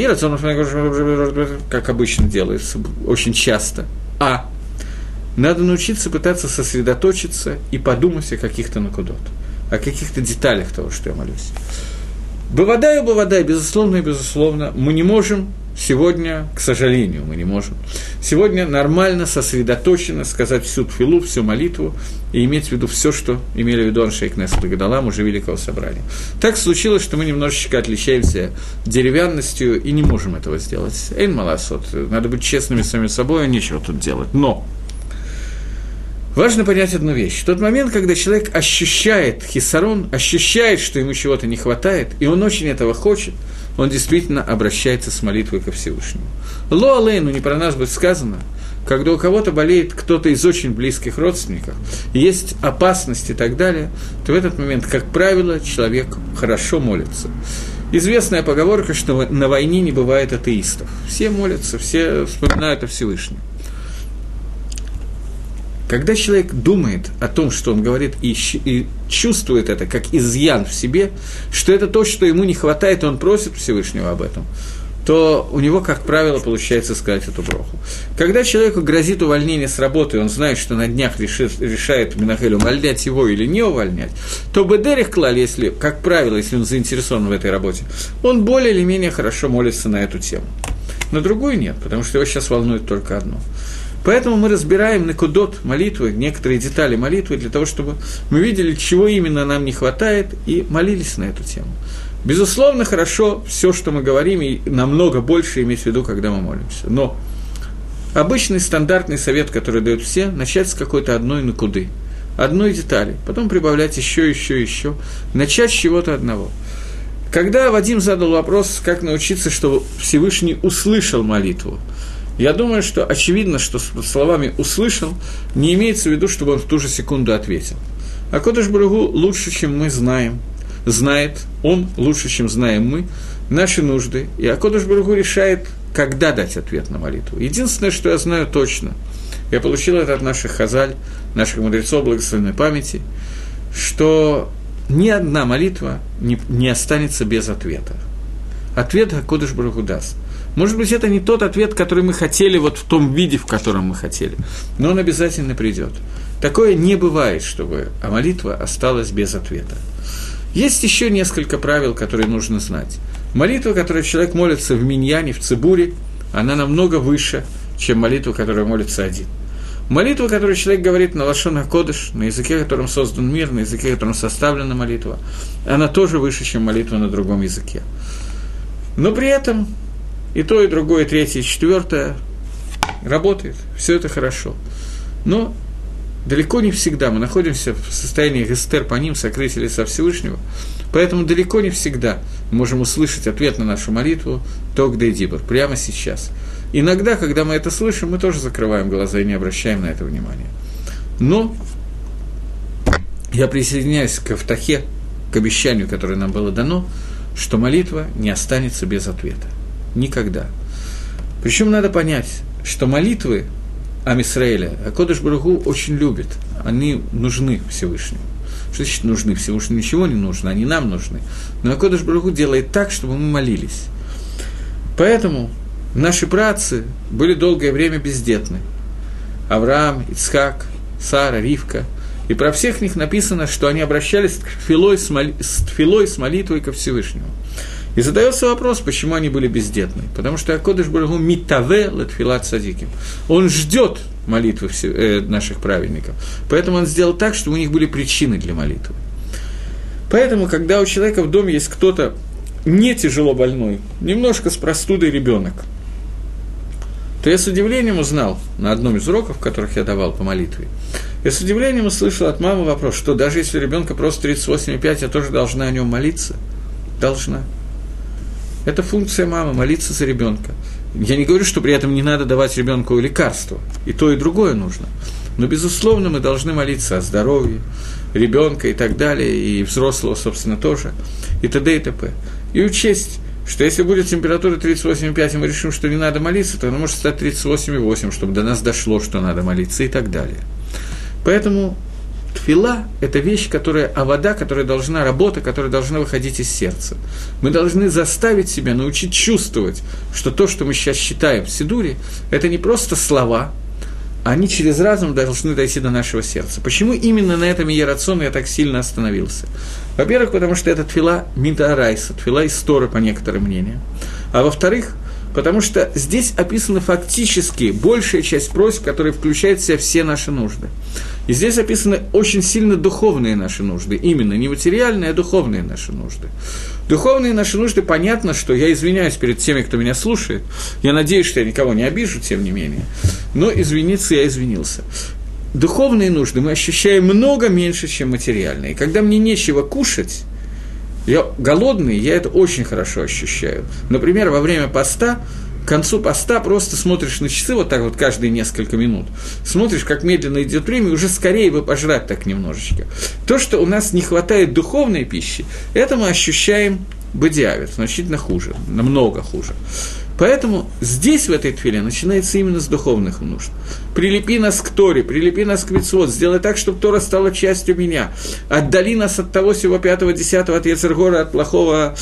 как обычно делается, очень часто, а надо научиться пытаться сосредоточиться и подумать о каких-то накудот, о каких-то деталях того, что я молюсь. Бавадай, безусловно и безусловно, мы не можем сегодня, к сожалению, мы не можем сегодня нормально, сосредоточенно сказать всю тфилу, всю молитву и иметь в виду все, что имели в виду Аншей Кнесет Агдала, мужи Великого Собрания. Так случилось, что мы немножечко отличаемся деревянностью и не можем этого сделать. Эйн маласот, надо быть честными с самим собой, нечего тут делать. Но важно понять одну вещь. В тот момент, когда человек ощущает хисарон, ощущает, что ему чего-то не хватает, и он очень этого хочет, он действительно обращается с молитвой ко Всевышнему. Ло алейну, не про нас будет сказано, когда у кого-то болеет кто-то из очень близких родственников, есть опасность и так далее, то в этот момент, как правило, человек хорошо молится. Известная поговорка, что на войне не бывает атеистов. Все молятся, все вспоминают о Всевышнем. Когда человек думает о том, что он говорит, и чувствует это как изъян в себе, что это то, что ему не хватает, и он просит Всевышнего об этом, то у него, как правило, получается сказать эту броху. Когда человеку грозит увольнение с работы, он знает, что на днях решает Минахель, увольнять его или не увольнять, то бедерих клаль, если, как правило, если он заинтересован в этой работе, он более или менее хорошо молится на эту тему. На другую нет, потому что его сейчас волнует только одно. Поэтому мы разбираем накудот молитвы, некоторые детали молитвы, для того, чтобы мы видели, чего именно нам не хватает, и молились на эту тему. Безусловно, хорошо все, что мы говорим, и намного больше иметь в виду, когда мы молимся. Но обычный стандартный совет, который дают все, начать с какой-то одной накуды, одной детали, потом прибавлять еще, начать с чего-то одного. Когда Вадим задал вопрос, как научиться, чтобы Всевышний услышал молитву, я думаю, что очевидно, что словами «услышал» не имеется в виду, чтобы он в ту же секунду ответил. Акодыш Барух Ху лучше, чем мы знаем, знает, он лучше, чем знаем мы, наши нужды, и Акодыш Барух Ху решает, когда дать ответ на молитву. Единственное, что я знаю точно, я получил это от наших хазаль, наших мудрецов благословенной памяти, что ни одна молитва не останется без ответа. Ответ Акодыш Барух Ху даст. Может быть, это не тот ответ, который мы хотели, вот в том виде, в котором мы хотели, но он обязательно придет. Такое не бывает, чтобы молитва осталась без ответа. Есть еще несколько правил, которые нужно знать. Молитва, которой человек молится в миньяне, в цибуре, она намного выше, чем молитва, которая молится один. Молитва, которую человек говорит на лашон а-кодеш, на языке, которым создан мир, на языке, которым составлена молитва, она тоже выше, чем молитва на другом языке. Но при этом и то, и другое, и третье, и четвертое работает, все это хорошо. Но далеко не всегда мы находимся в состоянии гестер по ним, сокрытия лица Всевышнего, поэтому далеко не всегда мы можем услышать ответ на нашу молитву тог дей дибур, прямо сейчас. Иногда, когда мы это слышим, мы тоже закрываем глаза и не обращаем на это внимания. Но я присоединяюсь к Автахе, к обещанию, которое нам было дано, что молитва не останется без ответа. Никогда. Причем надо понять, что молитвы Ам Исраэля а-Кодеш Барух Ху очень любит. Они нужны Всевышнему. Что значит нужны? Всевышнему ничего не нужно, они нам нужны. Но а-Кодеш Барух Ху делает так, чтобы мы молились. Поэтому наши праотцы были долгое время бездетны. Авраам, Ицхак, Сара, Ривка. И про всех них написано, что они обращались с тфилой, с молитвой ко Всевышнему. И задается вопрос, почему они были бездетны. Потому что а-Кодеш Барух Ху митаве летфилат цадиким. Он ждет молитвы наших праведников. Поэтому он сделал так, чтобы у них были причины для молитвы. Поэтому, когда у человека в доме есть кто-то не тяжело больной, немножко с простудой ребенок, то я с удивлением узнал на одном из уроков, которых я давал по молитве, я с удивлением услышал от мамы вопрос, что даже если у ребенка просто 38,5, я тоже должна о нем молиться? Должна. Это функция мамы – молиться за ребенка. Я не говорю, что при этом не надо давать ребенку лекарства. И то, и другое нужно. Но, безусловно, мы должны молиться о здоровье ребенка и так далее, и взрослого, собственно, тоже, и т.д. и т.п. И учесть, что если будет температура 38,5, и мы решим, что не надо молиться, то она может стать 38,8, чтобы до нас дошло, что надо молиться, и так далее. Поэтому тфила – это вещь, вода, которая должна, работа, которая должна выходить из сердца. Мы должны заставить себя научить чувствовать, что то, что мы сейчас считаем в Сидуре, это не просто слова, они через разум должны дойти до нашего сердца. Почему именно на этом иерацион я так сильно остановился? Во-первых, потому что это тфила мидаарайса, тфила из Торы, по некоторым мнениям. А во-вторых, потому что здесь описана фактически большая часть просьб, которая включает в себя все наши нужды. И здесь описаны очень сильно духовные наши нужды, именно не материальные, а духовные наши нужды. Духовные наши нужды, понятно, что я извиняюсь перед теми, кто меня слушает, я надеюсь, что я никого не обижу, тем не менее, но извиниться я извинился. Духовные нужды мы ощущаем много меньше, чем материальные. И когда мне нечего кушать, я голодный, я это очень хорошо ощущаю. Например, во время поста, к концу поста просто смотришь на часы, вот так вот каждые несколько минут, смотришь, как медленно идет время, и уже скорее бы пожрать так немножечко. То, что у нас не хватает духовной пищи, это мы ощущаем бадиавит, значительно хуже, намного хуже. Поэтому здесь, в этой тфиле, начинается именно с духовных нужд. Прилепи нас к Торе, прилепи нас к мицвот, сделай так, чтобы Тора стала частью меня. Отдали нас от того всего 5-10, от Ецер-гора, от плохого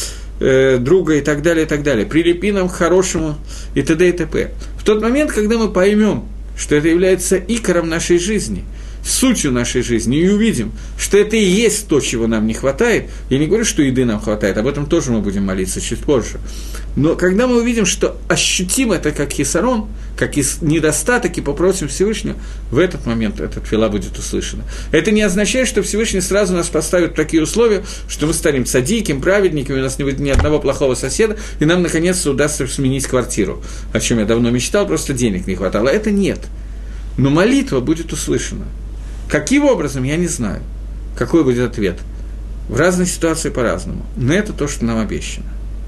друга и так далее, и так далее. Прилепи нам к хорошему и т.д. и т.п. В тот момент, когда мы поймем, что это является икором нашей жизни, сутью нашей жизни, и увидим, что это и есть то, чего нам не хватает, я не говорю, что еды нам хватает, об этом тоже мы будем молиться чуть позже, но когда мы увидим, что ощутим это как хисарон, как недостаток, и попросим Всевышнего, в этот момент эта тфила будет услышана. Это не означает, что Всевышний сразу нас поставит в такие условия, что мы станем цадиким, праведниками, у нас не будет ни одного плохого соседа, и нам наконец-то удастся сменить квартиру, о чем я давно мечтал, просто денег не хватало. Это нет. Но молитва будет услышана. Каким образом, я не знаю. Какой будет ответ? В разной ситуации по-разному. Но это то, что нам обещано.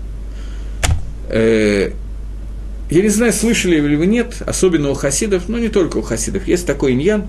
Я не знаю, слышали ли вы, нет, особенно у хасидов, но не только у хасидов. Есть такой иньян,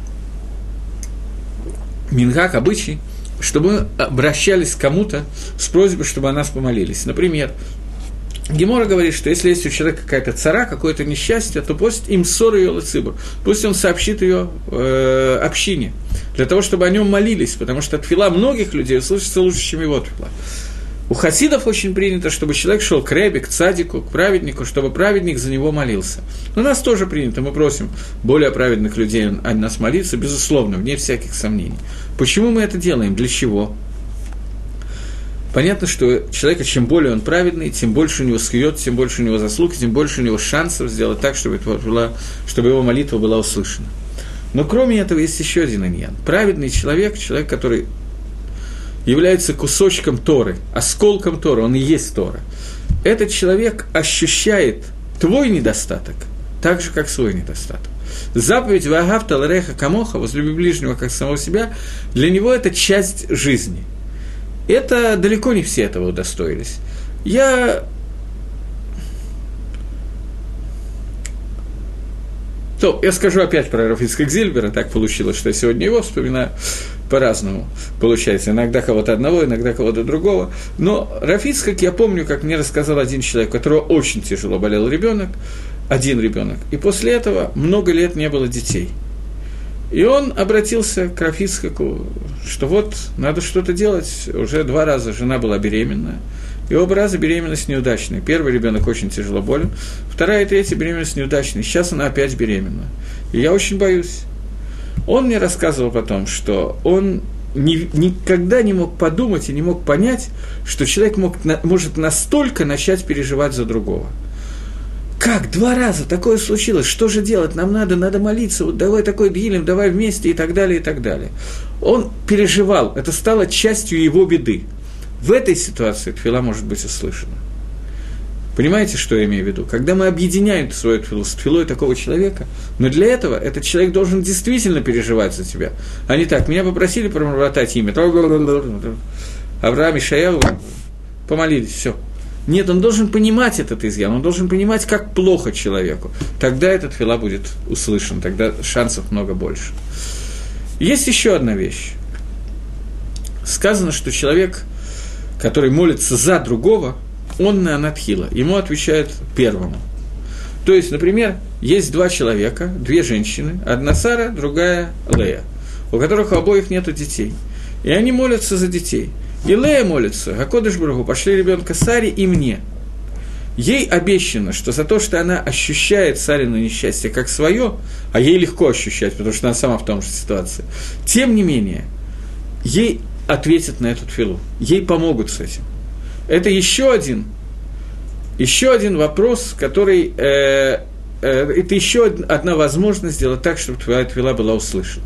мингак, обычай, чтобы мы обращались к кому-то с просьбой, чтобы о нас помолились. Например, Гемора говорит, что если есть у человека какая-то цара, какое-то несчастье, то пусть им ссор ее лацибур, пусть он сообщит ее общине, для того, чтобы о нем молились, потому что тфила многих людей услышится лучше, чем его тфила. У хасидов очень принято, чтобы человек шел к ребе, к цадику, к праведнику, чтобы праведник за него молился. У нас тоже принято, мы просим более праведных людей о нас молиться, безусловно, вне всяких сомнений. Почему мы это делаем? Для чего? Понятно, что человека, чем более он праведный, тем больше у него схиот, тем больше у него заслуг, тем больше у него шансов сделать так, чтобы его молитва была услышана. Но кроме этого есть еще один иньян. Праведный человек, человек, который является кусочком Торы, осколком Торы, он и есть Тора. Этот человек ощущает твой недостаток так же, как свой недостаток. Заповедь «Ваагавта лареха камоха» возлюби ближнего, как самого себя, для него это часть жизни. Это далеко не все этого удостоились. Я скажу опять про Рав Ицхак Зильбера, так получилось, что я сегодня его вспоминаю, по-разному получается, иногда кого-то одного, иногда кого-то другого, но Рав Ицхак, я помню, как мне рассказал один человек, у которого очень тяжело болел ребенок, один ребенок, и после этого много лет не было детей. И он обратился к Рав Ицхаку, что вот, надо что-то делать, уже 2 раза жена была беременная, и оба раза беременность неудачная. Первый ребенок очень тяжело болен, 2-я и 3-я беременность неудачная. Сейчас она опять беременна. И я очень боюсь. Он мне рассказывал потом, что он никогда не мог подумать и не мог понять, что человек может настолько начать переживать за другого. Как? 2 раза такое случилось? Что же делать? Нам надо молиться, вот давай такой дгилем, давай вместе и так далее, и так далее. Он переживал, это стало частью его беды. В этой ситуации тфила может быть услышана. Понимаете, что я имею в виду? Когда мы объединяем свою тфилу с тфилой такого человека, но для этого этот человек должен действительно переживать за тебя. А не так, меня попросили промотать имя. Авраам и Шаяу помолились, все. Нет, он должен понимать этот изъян, он должен понимать, как плохо человеку. Тогда эта тфила будет услышана, тогда шансов много больше. Есть еще одна вещь. Сказано, что человек, который молится за другого, он неанатхила, ему отвечает первому. То есть, например, есть 2 человека, 2 женщины, одна Сара, другая Лея, у которых у обоих нет детей. И они молятся за детей. И Лея молится: «Акодыш Барух Ху, пошли ребенка Саре и мне». Ей обещано, что за то, что она ощущает Сарину несчастье как свое, а ей легко ощущать, потому что она сама в том же ситуации, тем не менее, ей ответят на эту тфилу, ей помогут с этим. Это еще один вопрос, который… это еще одна возможность сделать так, чтобы твоя тфила была услышана.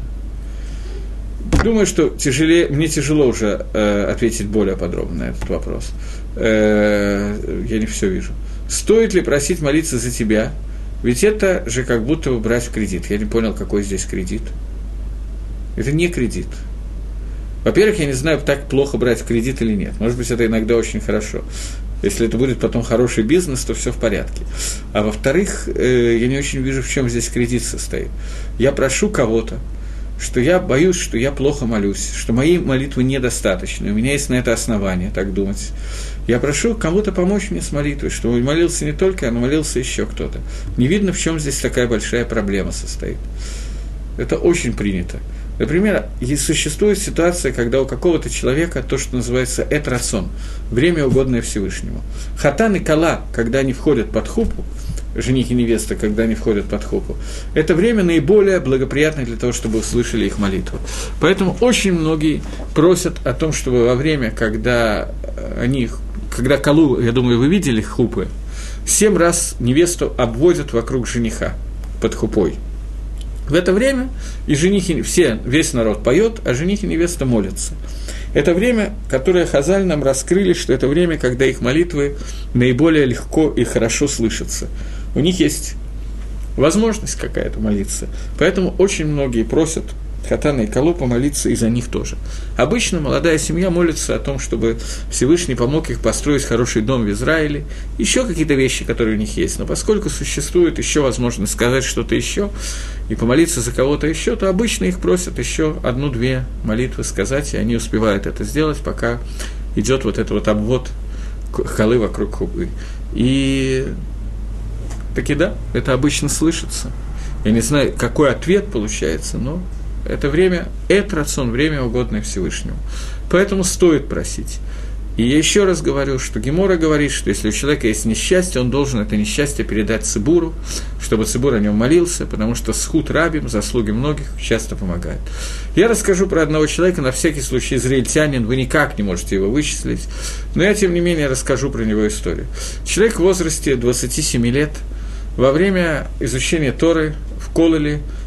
Думаю, что мне тяжело уже ответить более подробно на этот вопрос. Я не все вижу. Стоит ли просить молиться за тебя? Ведь это же как будто бы брать в кредит. Я не понял, какой здесь кредит. Это не кредит. Во-первых, я не знаю, так плохо брать в кредит или нет. Может быть, это иногда очень хорошо. Если это будет потом хороший бизнес, то все в порядке. А во-вторых, я не очень вижу, в чем здесь кредит состоит. Я прошу кого-то, что я боюсь, что я плохо молюсь, что моей молитвы недостаточно, у меня есть на это основание так думать. Я прошу кому-то помочь мне с молитвой, чтобы молился не только я, но молился еще кто-то. Не видно, в чем здесь такая большая проблема состоит. Это очень принято. Например, существует ситуация, когда у какого-то человека то, что называется эт-рацон, время, угодное Всевышнему. Хатан и кала, когда они входят под хупу, жених и невеста, когда они входят под хупу, это время наиболее благоприятное для того, чтобы услышали их молитву. Поэтому очень многие просят о том, чтобы во время, когда калу, я думаю, вы видели хупы, 7 раз невесту обводят вокруг жениха под хупой. В это время и женихи, весь народ поет, а жених и невеста молятся. Это время, которое Хазаль нам раскрыли, что это время, когда их молитвы наиболее легко и хорошо слышатся. У них есть возможность какая-то молиться. Поэтому очень многие просят Хатана и Калу помолиться и за них тоже. Обычно молодая семья молится о том, чтобы Всевышний помог их построить хороший дом в Израиле, еще какие-то вещи, которые у них есть. Но поскольку существует еще возможность сказать что-то еще и помолиться за кого-то еще, то обычно их просят еще 1-2 молитвы сказать, и они успевают это сделать, пока идет вот этот вот обвод халы вокруг хупы. И таки да, это обычно слышится. Я не знаю, какой ответ получается, но это время, эт-рацон, время, угодное Всевышнему. Поэтому стоит просить. И я еще раз говорю, что Гемора говорит, что если у человека есть несчастье, он должен это несчастье передать Цибуру, чтобы Цибур о нем молился, потому что схут рабим, заслуги многих, часто помогают. Я расскажу про одного человека, на всякий случай израильтянин, вы никак не можете его вычислить, но я, тем не менее, расскажу про него историю. Человек в возрасте 27 лет, во время изучения Торы в Колеле,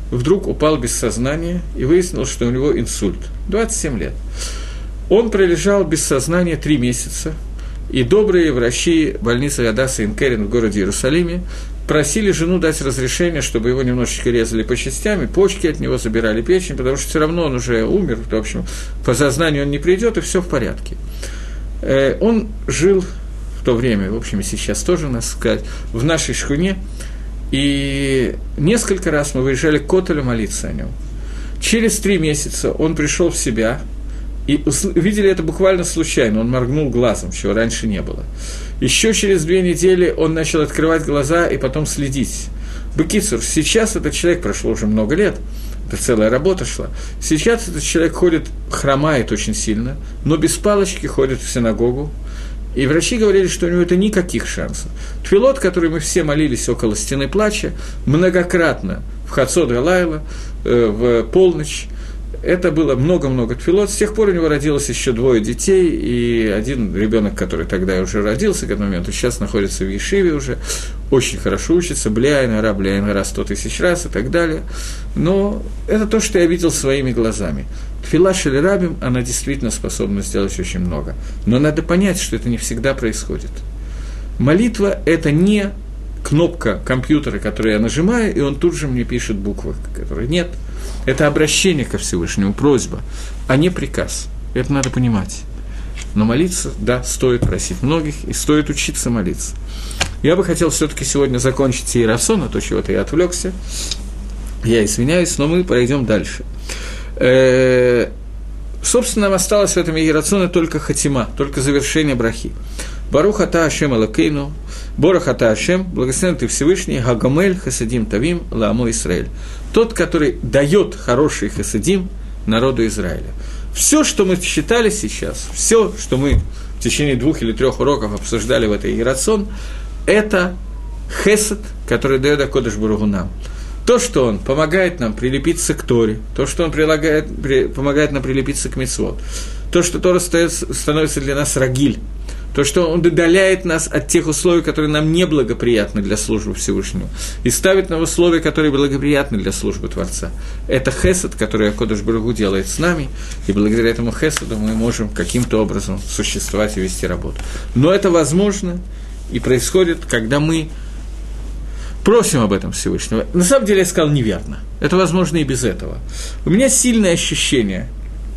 вдруг упал без сознания и выяснилось, что у него инсульт. 27 лет. Он пролежал без сознания 3 месяца, и добрые врачи больницы Адаса Ин-Керин в городе Иерусалиме просили жену дать разрешение, чтобы его немножечко резали по частям, и почки от него забирали, печень, потому что все равно он уже умер, в общем, по сознанию он не придет, и все в порядке. Он жил в то время, в общем, и сейчас тоже, надо сказать, в нашей шхуне, и несколько раз мы выезжали к Котелю молиться о нем. Через 3 месяца он пришел в себя, и увидели это буквально случайно, он моргнул глазом, чего раньше не было. Еще через 2 недели он начал открывать глаза и потом следить. Бекицур, сейчас этот человек, прошло уже много лет, это целая работа шла, сейчас этот человек ходит, хромает очень сильно, но без палочки ходит в синагогу, и врачи говорили, что у него это никаких шансов. Тфилот, который мы все молились около стены плача, многократно в Хацот га-Лайла, в полночь, это было много-много тфилот. С тех пор у него родилось еще 2 детей, и один ребенок, который тогда уже родился к этому моменту, сейчас находится в Ешиве уже, очень хорошо учится, бляйн гара 100 тысяч раз и так далее. Но это то, что я видел своими глазами. Тфила шель рабим, она действительно способна сделать очень много. Но надо понять, что это не всегда происходит. Молитва – это не кнопка компьютера, которую я нажимаю, и он тут же мне пишет буквы, которые нет. Это обращение ко Всевышнему, просьба, а не приказ. Это надо понимать. Но молиться, да, стоит просить многих, и стоит учиться молиться. Я бы хотел все-таки сегодня закончить Иерассон, а то чего-то я отвлекся. Я извиняюсь, но мы пройдем дальше. Собственно, нам осталось в этом Иерасsoне только хатима, только завершение брахи. Барух ата Ашем Элокейну, Борах ата Ашем, благословен ты Всевышний, Гагамель Хасадим Тавим Лаамо Исраэль. Тот, который дает хороший хасадим народу Израиля. Все, что мы читали сейчас, все, что мы в течение 2 или 3 уроков обсуждали в этой Иерассон, это хесед, который дает Акодеш Барух Ху нам. То, что он помогает нам прилепиться к Торе, то, что он помогает нам прилепиться к мицвот, то, что Тора становится для нас рагиль, то, что он удаляет нас от тех условий, которые нам неблагоприятны для службы Всевышнему, и ставит на условия, которые благоприятны для службы Творца. Это хесед, который Акодеш Барух Ху делает с нами, и благодаря этому хеседу мы можем каким-то образом существовать и вести работу. Но это возможно и происходит, когда мы просим об этом Всевышнего. На самом деле я сказал неверно. Это возможно и без этого. У меня сильное ощущение,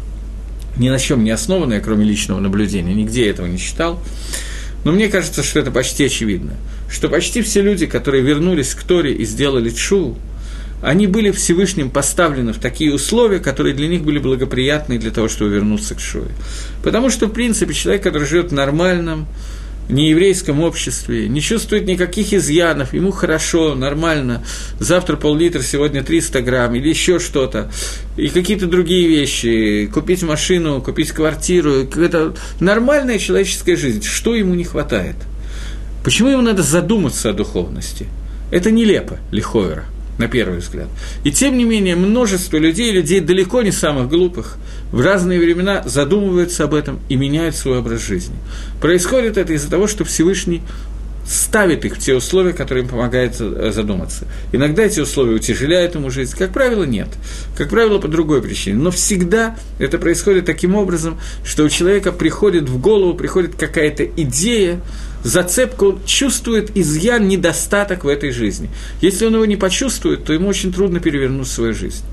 ни на чем не основанное, кроме личного наблюдения, нигде я этого не читал, но мне кажется, что это почти очевидно, что почти все люди, которые вернулись к Торе и сделали тшуву, они были Всевышним поставлены в такие условия, которые для них были благоприятны для того, чтобы вернуться к тшуве. Потому что, в принципе, человек, который живет в нормальном, нееврейском обществе, не чувствует никаких изъянов, ему хорошо, нормально, завтра пол-литра, сегодня 300 грамм или еще что-то, и какие-то другие вещи, купить машину, купить квартиру, это нормальная человеческая жизнь, что ему не хватает? Почему ему надо задуматься о духовности? Это нелепо, лихойра, на первый взгляд. И тем не менее, множество людей далеко не самых глупых, в разные времена задумываются об этом и меняют свой образ жизни. Происходит это из-за того, что Всевышний ставит их в те условия, которые им помогают задуматься. Иногда эти условия утяжеляют ему жизнь, как правило, нет. Как правило, по другой причине. Но всегда это происходит таким образом, что у человека приходит в голову, приходит какая-то идея, зацепка, он чувствует изъян, недостаток в этой жизни. Если он его не почувствует, то ему очень трудно перевернуть свою жизнь.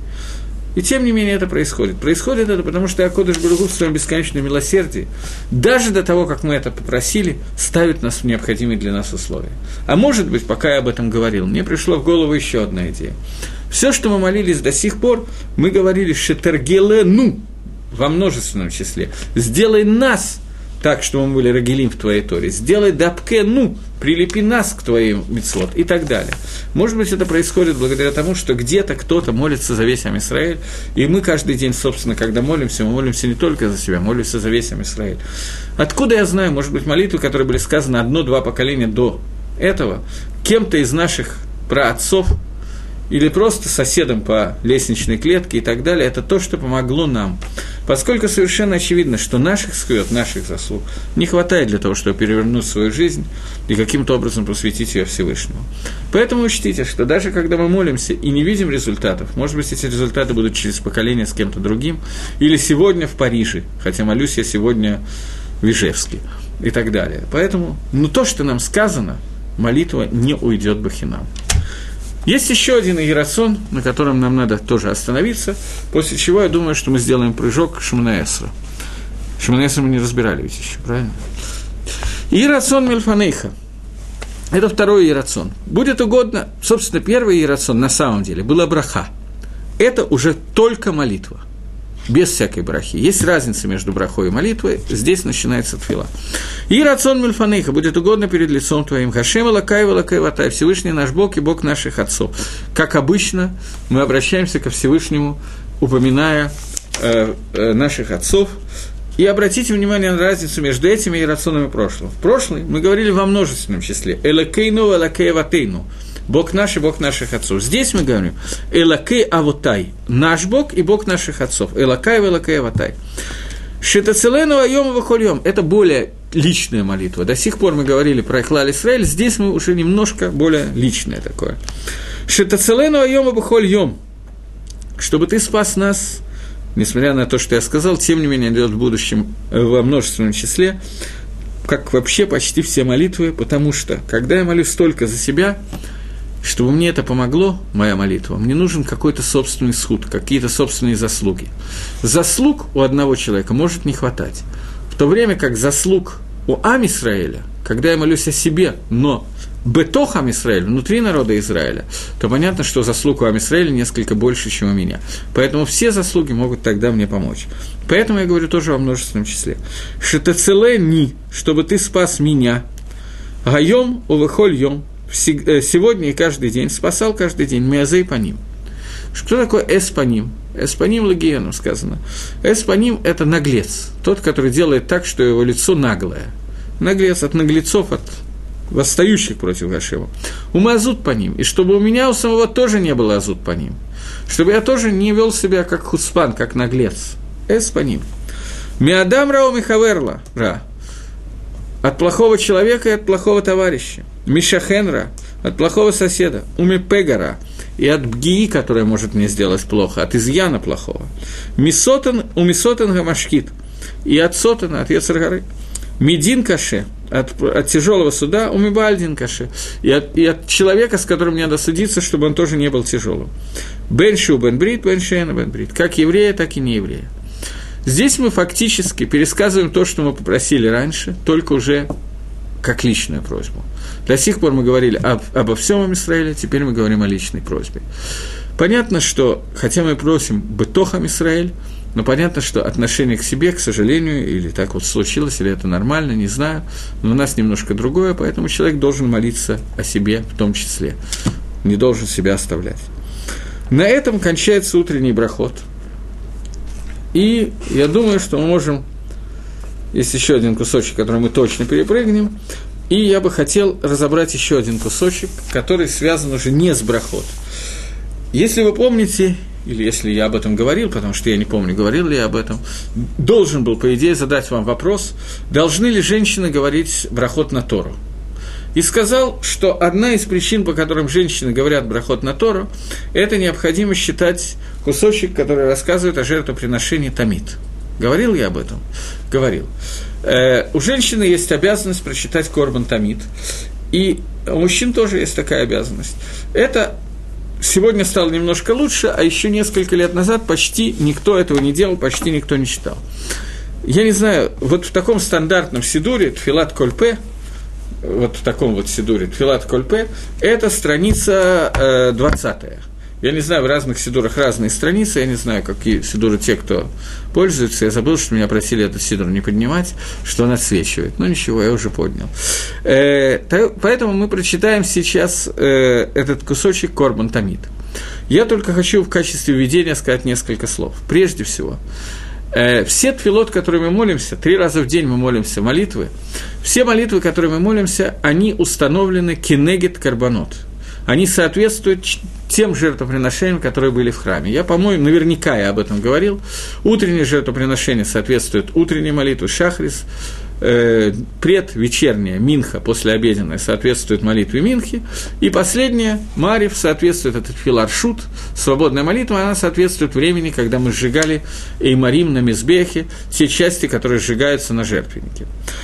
И тем не менее это происходит. Происходит это потому, что Акодеш Барух Ху в своем бесконечном милосердии, даже до того, как мы это попросили, ставит нас в необходимые для нас условия. А может быть, пока я об этом говорил, мне пришла в голову еще одна идея. Все, что мы молились до сих пор, мы говорили «шетергелену» во множественном числе. «Сделай нас так, что мы были рагилим в твоей Торе. Сделай дапкену, прилепи нас к твоим мицвот» и так далее. Может быть, это происходит благодаря тому, что где-то кто-то молится за весь Ам-Исраэль, и мы каждый день, собственно, когда молимся, мы молимся не только за себя, молимся за весь Ам-Исраэль. Откуда я знаю, может быть, молитвы, которые были сказаны 1-2 поколения до этого, кем-то из наших праотцов, или просто соседом по лестничной клетке и так далее, это то, что помогло нам Поскольку совершенно очевидно, что наших сквёт, наших заслуг не хватает для того, чтобы перевернуть свою жизнь и каким-то образом посвятить ее Всевышнему. Поэтому учтите, что даже когда мы молимся и не видим результатов, может быть, эти результаты будут через поколение с кем-то другим, или сегодня в Париже, хотя молюсь я сегодня в Ижевске, и так далее. Поэтому, то, что нам сказано, молитва не уйдет бахинам. Есть еще один иерасон, на котором нам надо тоже остановиться, после чего я думаю, что мы сделаем прыжок к Шмона Эсра. Шмона Эсра мы не разбирали ведь еще, правильно? Иерасон Мильфанейха. Это второй иерасон. Будет угодно, собственно, первый иерасон на самом деле была браха. Это уже только молитва, без всякой брахи. Есть разница между брахой и молитвой, здесь начинается тфила. И рацион мильфанейха, будет угодно перед лицом твоим, Хашем элокай велокай ватай, Всевышний наш Бог и Бог наших отцов. Как обычно, мы обращаемся ко Всевышнему, упоминая наших отцов, и обратите внимание на разницу между этими иерационами прошлого. В прошлом мы говорили во множественном числе «элокейну элокей ватейну», Бог наш и Бог наших отцов. Здесь мы говорим «элокей авотай», наш Бог и Бог наших отцов. «Элокай велокей авотай». «Шитацелену айом вахольем» – это более личная молитва. До сих пор мы говорили про Клаль Исраэль, здесь мы уже немножко более личное такое. «Шитацелену айом вахольем», чтобы ты спас нас, несмотря на то, что я сказал, тем не менее идет в будущем во множественном числе, как вообще почти все молитвы, потому что, когда я молюсь только за себя, чтобы мне это помогло, моя молитва, мне нужен какой-то собственный суд, какие-то собственные заслуги. Заслуг у одного человека может не хватать, в то время как заслуг у Ам Исраэля, когда я молюсь о себе, но бетох Ам Исраэль, внутри народа Израиля, то понятно, что заслуг у Ам Исраэля несколько больше, чем у меня. Поэтому все заслуги могут тогда мне помочь. Поэтому я говорю тоже во множественном числе. «Шетацелени», чтобы ты спас меня, «гайом увыхоль йом», сегодня и каждый день, спасал каждый день, «миазей по ним». Что такое эспаним? Эспаним легионом сказано. Эспаним – это наглец, тот, который делает так, что его лицо наглое. Наглец от наглецов, от восстающих против Гашема. Умазут по ним, и чтобы у меня у самого тоже не было азут по ним, чтобы я тоже не вел себя как хуцпан, как наглец. Эс по ним. Миадам рао михаверла, ра. От плохого человека и от плохого товарища. Мишахенра, от плохого соседа. Умипегара, и от бгии, которая может мне сделать плохо, от изъяна плохого. Мисотан, умисотан гамашкит, и от сотана, от Йецер-гары. Медин каше, от тяжелого суда, умибальдин каше, и от человека, с которым мне надо судиться, чтобы он тоже не был тяжелым. Беншу бен брит, беншена бен брит, как еврея, так и не еврея. Здесь мы фактически пересказываем то, что мы попросили раньше, только уже как личную просьбу. До сих пор мы говорили обо всем Израиле, теперь мы говорим о личной просьбе. Понятно, что, хотя мы просим «бетохам Израиль», но понятно, что отношение к себе, к сожалению, или так вот случилось, или это нормально, не знаю, но у нас немножко другое, поэтому человек должен молиться о себе в том числе, не должен себя оставлять. На этом кончается утренний брахот. И я думаю, что мы можем... Есть еще один кусочек, который мы точно перепрыгнем. И я бы хотел разобрать еще один кусочек, который связан уже не с брахот. Если вы помните, или если я об этом говорил, потому что я не помню, говорил ли я об этом, должен был, по идее, задать вам вопрос, должны ли женщины говорить брахот на Тору. И сказал, что одна из причин, по которым женщины говорят брахот на Тору, это необходимо считать кусочек, который рассказывает о жертвоприношении тамид. Говорил я об этом? Говорил. У женщины есть обязанность прочитать корбан тамид, и у мужчин тоже есть такая обязанность. Это сегодня стало немножко лучше, а еще несколько лет назад почти никто этого не делал, почти никто не читал. Я не знаю, вот в таком стандартном сидуре, тфилат коль-пе, вот в таком вот сидуре, тфилат коль-пе, это страница 20-я. Я не знаю, в разных сидурах разные страницы, я не знаю, какие сидуры те, кто пользуется. Я забыл, что меня просили этот сидур не поднимать, что он отсвечивает. Ну, ничего, я уже поднял. Поэтому мы прочитаем сейчас этот кусочек Корбан Тамид. Я только хочу в качестве введения сказать несколько слов. Прежде всего, все тфилот, которые мы молимся, 3 раза в день мы молимся молитвы, все молитвы, которые мы молимся, они установлены кенегет карбонот. они соответствуют тем жертвоприношениям, которые были в храме. Я, по-моему, наверняка я об этом говорил. Утреннее жертвоприношение соответствует утренней молитве шахрис, предвечерняя минха, послеобеденная, соответствует молитве минхи, и последняя, марив, соответствует, это филаршут, свободная молитва, она соответствует времени, когда мы сжигали эймарим на мизбехе, те части, которые сжигаются на жертвеннике.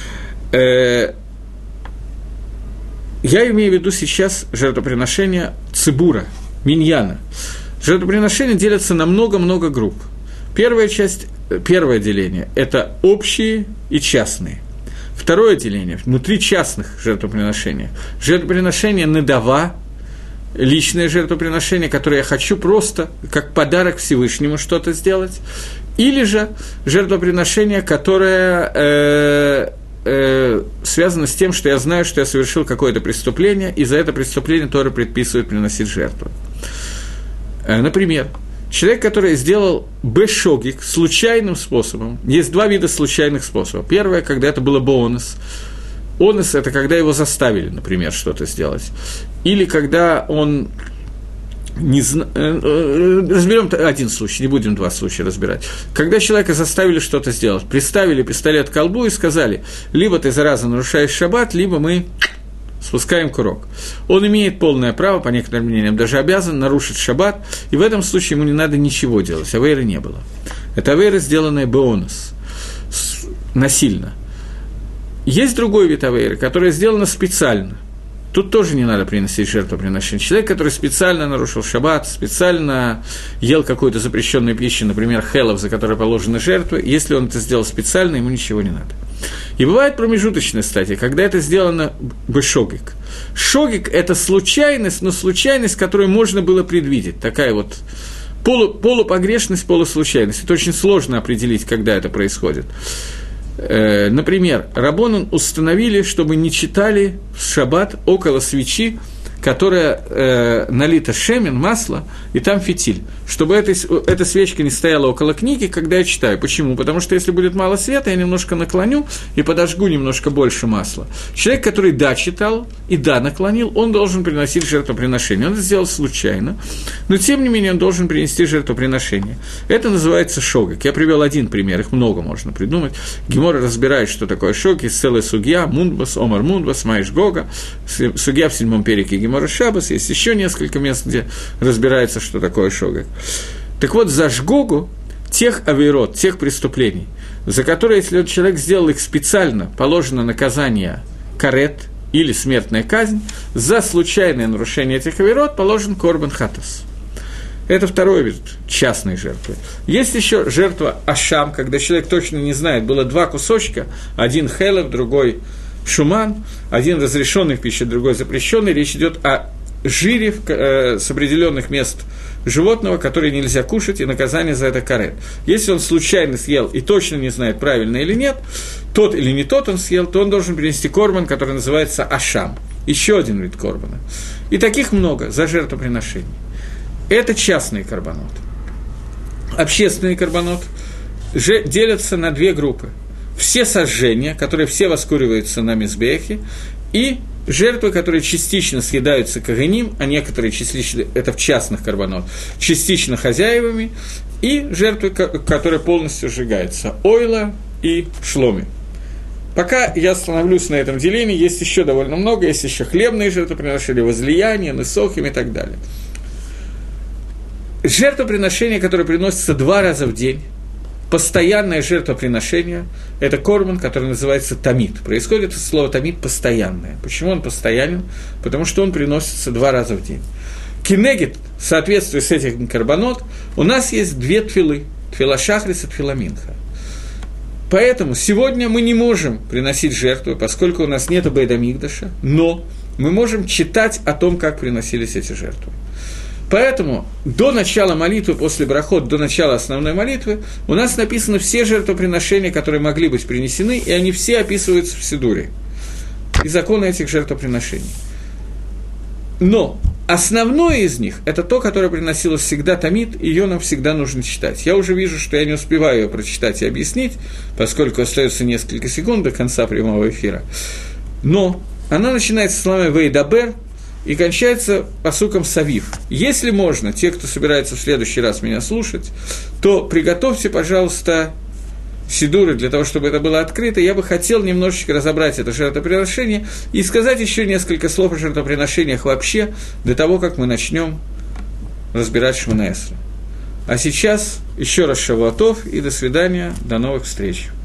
Я имею в виду сейчас жертвоприношение цибура, миньяна. Жертвоприношения делятся на много-много групп. Первое деление – это общие и частные. Второе деление – внутри частных жертвоприношений. Жертвоприношение недава, личное жертвоприношение, которое я хочу просто как подарок Всевышнему что-то сделать. Или же жертвоприношение, которое связано с тем, что я знаю, что я совершил какое-то преступление, и за это преступление Тора предписывает приносить жертву. Например, человек, который сделал бешогик случайным способом, есть два вида случайных способов. Первое, когда это было бонус. Онес – это когда его заставили, например, что-то сделать. Или когда он не разберем один случай, не будем два случая разбирать. Когда человека заставили что-то сделать, приставили пистолет к колбу и сказали, либо ты, зараза, нарушаешь шаббат, либо мы спускаем курок. Он имеет полное право, по некоторым мнениям, даже обязан нарушить шаббат, и в этом случае ему не надо ничего делать, авейры не было. Это авейра, сделанная бонус, насильно. Есть другой вид авейры, которая сделана специально. Тут тоже не надо приносить жертвоприношение. Человек, который специально нарушил шаббат, специально ел какую-то запрещенную пищу, например, хелов, за которой положены жертвы, если он это сделал специально, ему ничего не надо. И бывает промежуточная стадия, когда это сделано бешогик. Шогик – это случайность, но случайность, которую можно было предвидеть. Такая вот полупогрешность, полуслучайность. Это очень сложно определить, когда это происходит. Например, раббанан установили, чтобы не читали в шаббат около свечи, которая налита шемен, масло, и там фитиль, чтобы эта свечка не стояла около книги, когда я читаю. Почему? Потому что если будет мало света, я немножко наклоню и подожгу немножко больше масла. Человек, который да читал и да наклонил, он должен приносить жертвоприношение. Он это сделал случайно, но тем не менее он должен принести жертвоприношение. Это называется шогик. Я привел один пример, их много можно придумать. Гемора разбирает, что такое шогик, есть целая сугья, мундбас, омар мундбас, маиш гога, сугья в 7 перике Гемора Шаббас, есть еще несколько мест, где разбирается, что такое шогик. Так вот, за жгогу тех авейрот, тех преступлений, за которые, если человек сделал их специально, положено наказание карет или смертная казнь, за случайное нарушение этих авейрот положен корбан хатас. Это второй вид частной жертвы. Есть еще жертва ашам, когда человек точно не знает, было два кусочка, один хелев, другой шуман, один разрешенный в пище, другой запрещенный. Речь идет о жире с определенных мест животного, который нельзя кушать, и наказание за это карет. Если он случайно съел и точно не знает, правильно или нет, тот или не тот он съел, то он должен принести корбан, который называется ашам. Еще один вид корбана. И таких много за жертвоприношение. Это частный корбанот. Общественный корбанот делятся на две группы. Все сожжения, которые все воскуриваются на мизбехе, и жертвы, которые частично съедаются коганим, а некоторые частично, это в частных корбанот, частично хозяевами, и жертвы, которые полностью сжигаются, ойла и шломи. Пока я остановлюсь на этом делении, есть еще довольно много, есть еще хлебные жертвоприношения, возлияния, несохим и так далее. Жертвоприношения, которые приносятся 2 раза в день, постоянное жертвоприношение – это корбан, который называется тамид. Происходит от слова тамид – постоянное. Почему он постоянен? Потому что он приносится 2 раза в день. Кинегет, в соответствии с этим корбанот, у нас есть 2 тфилы – тфила шахрис и тфила минха. Поэтому сегодня мы не можем приносить жертву, поскольку у нас нет бейт амикдаша, но мы можем читать о том, как приносились эти жертвы. Поэтому до начала молитвы, после брахот, до начала основной молитвы, у нас написаны все жертвоприношения, которые могли быть принесены, и они все описываются в Сидуре. И законы этих жертвоприношений. Но основное из них – это то, которое приносилось всегда тамид, и ее нам всегда нужно читать. Я уже вижу, что я не успеваю ее прочитать и объяснить, поскольку остается несколько секунд до конца прямого эфира. Но она начинается с словами «вейдабер», и кончается пасуком «Савив». Если можно, те, кто собирается в следующий раз меня слушать, то приготовьте, пожалуйста, сидуры для того, чтобы это было открыто. Я бы хотел немножечко разобрать это жертвоприношение и сказать еще несколько слов о жертвоприношениях вообще, до того, как мы начнем разбирать Шмона Эсра. А сейчас еще раз шавуа тов и до свидания, до новых встреч.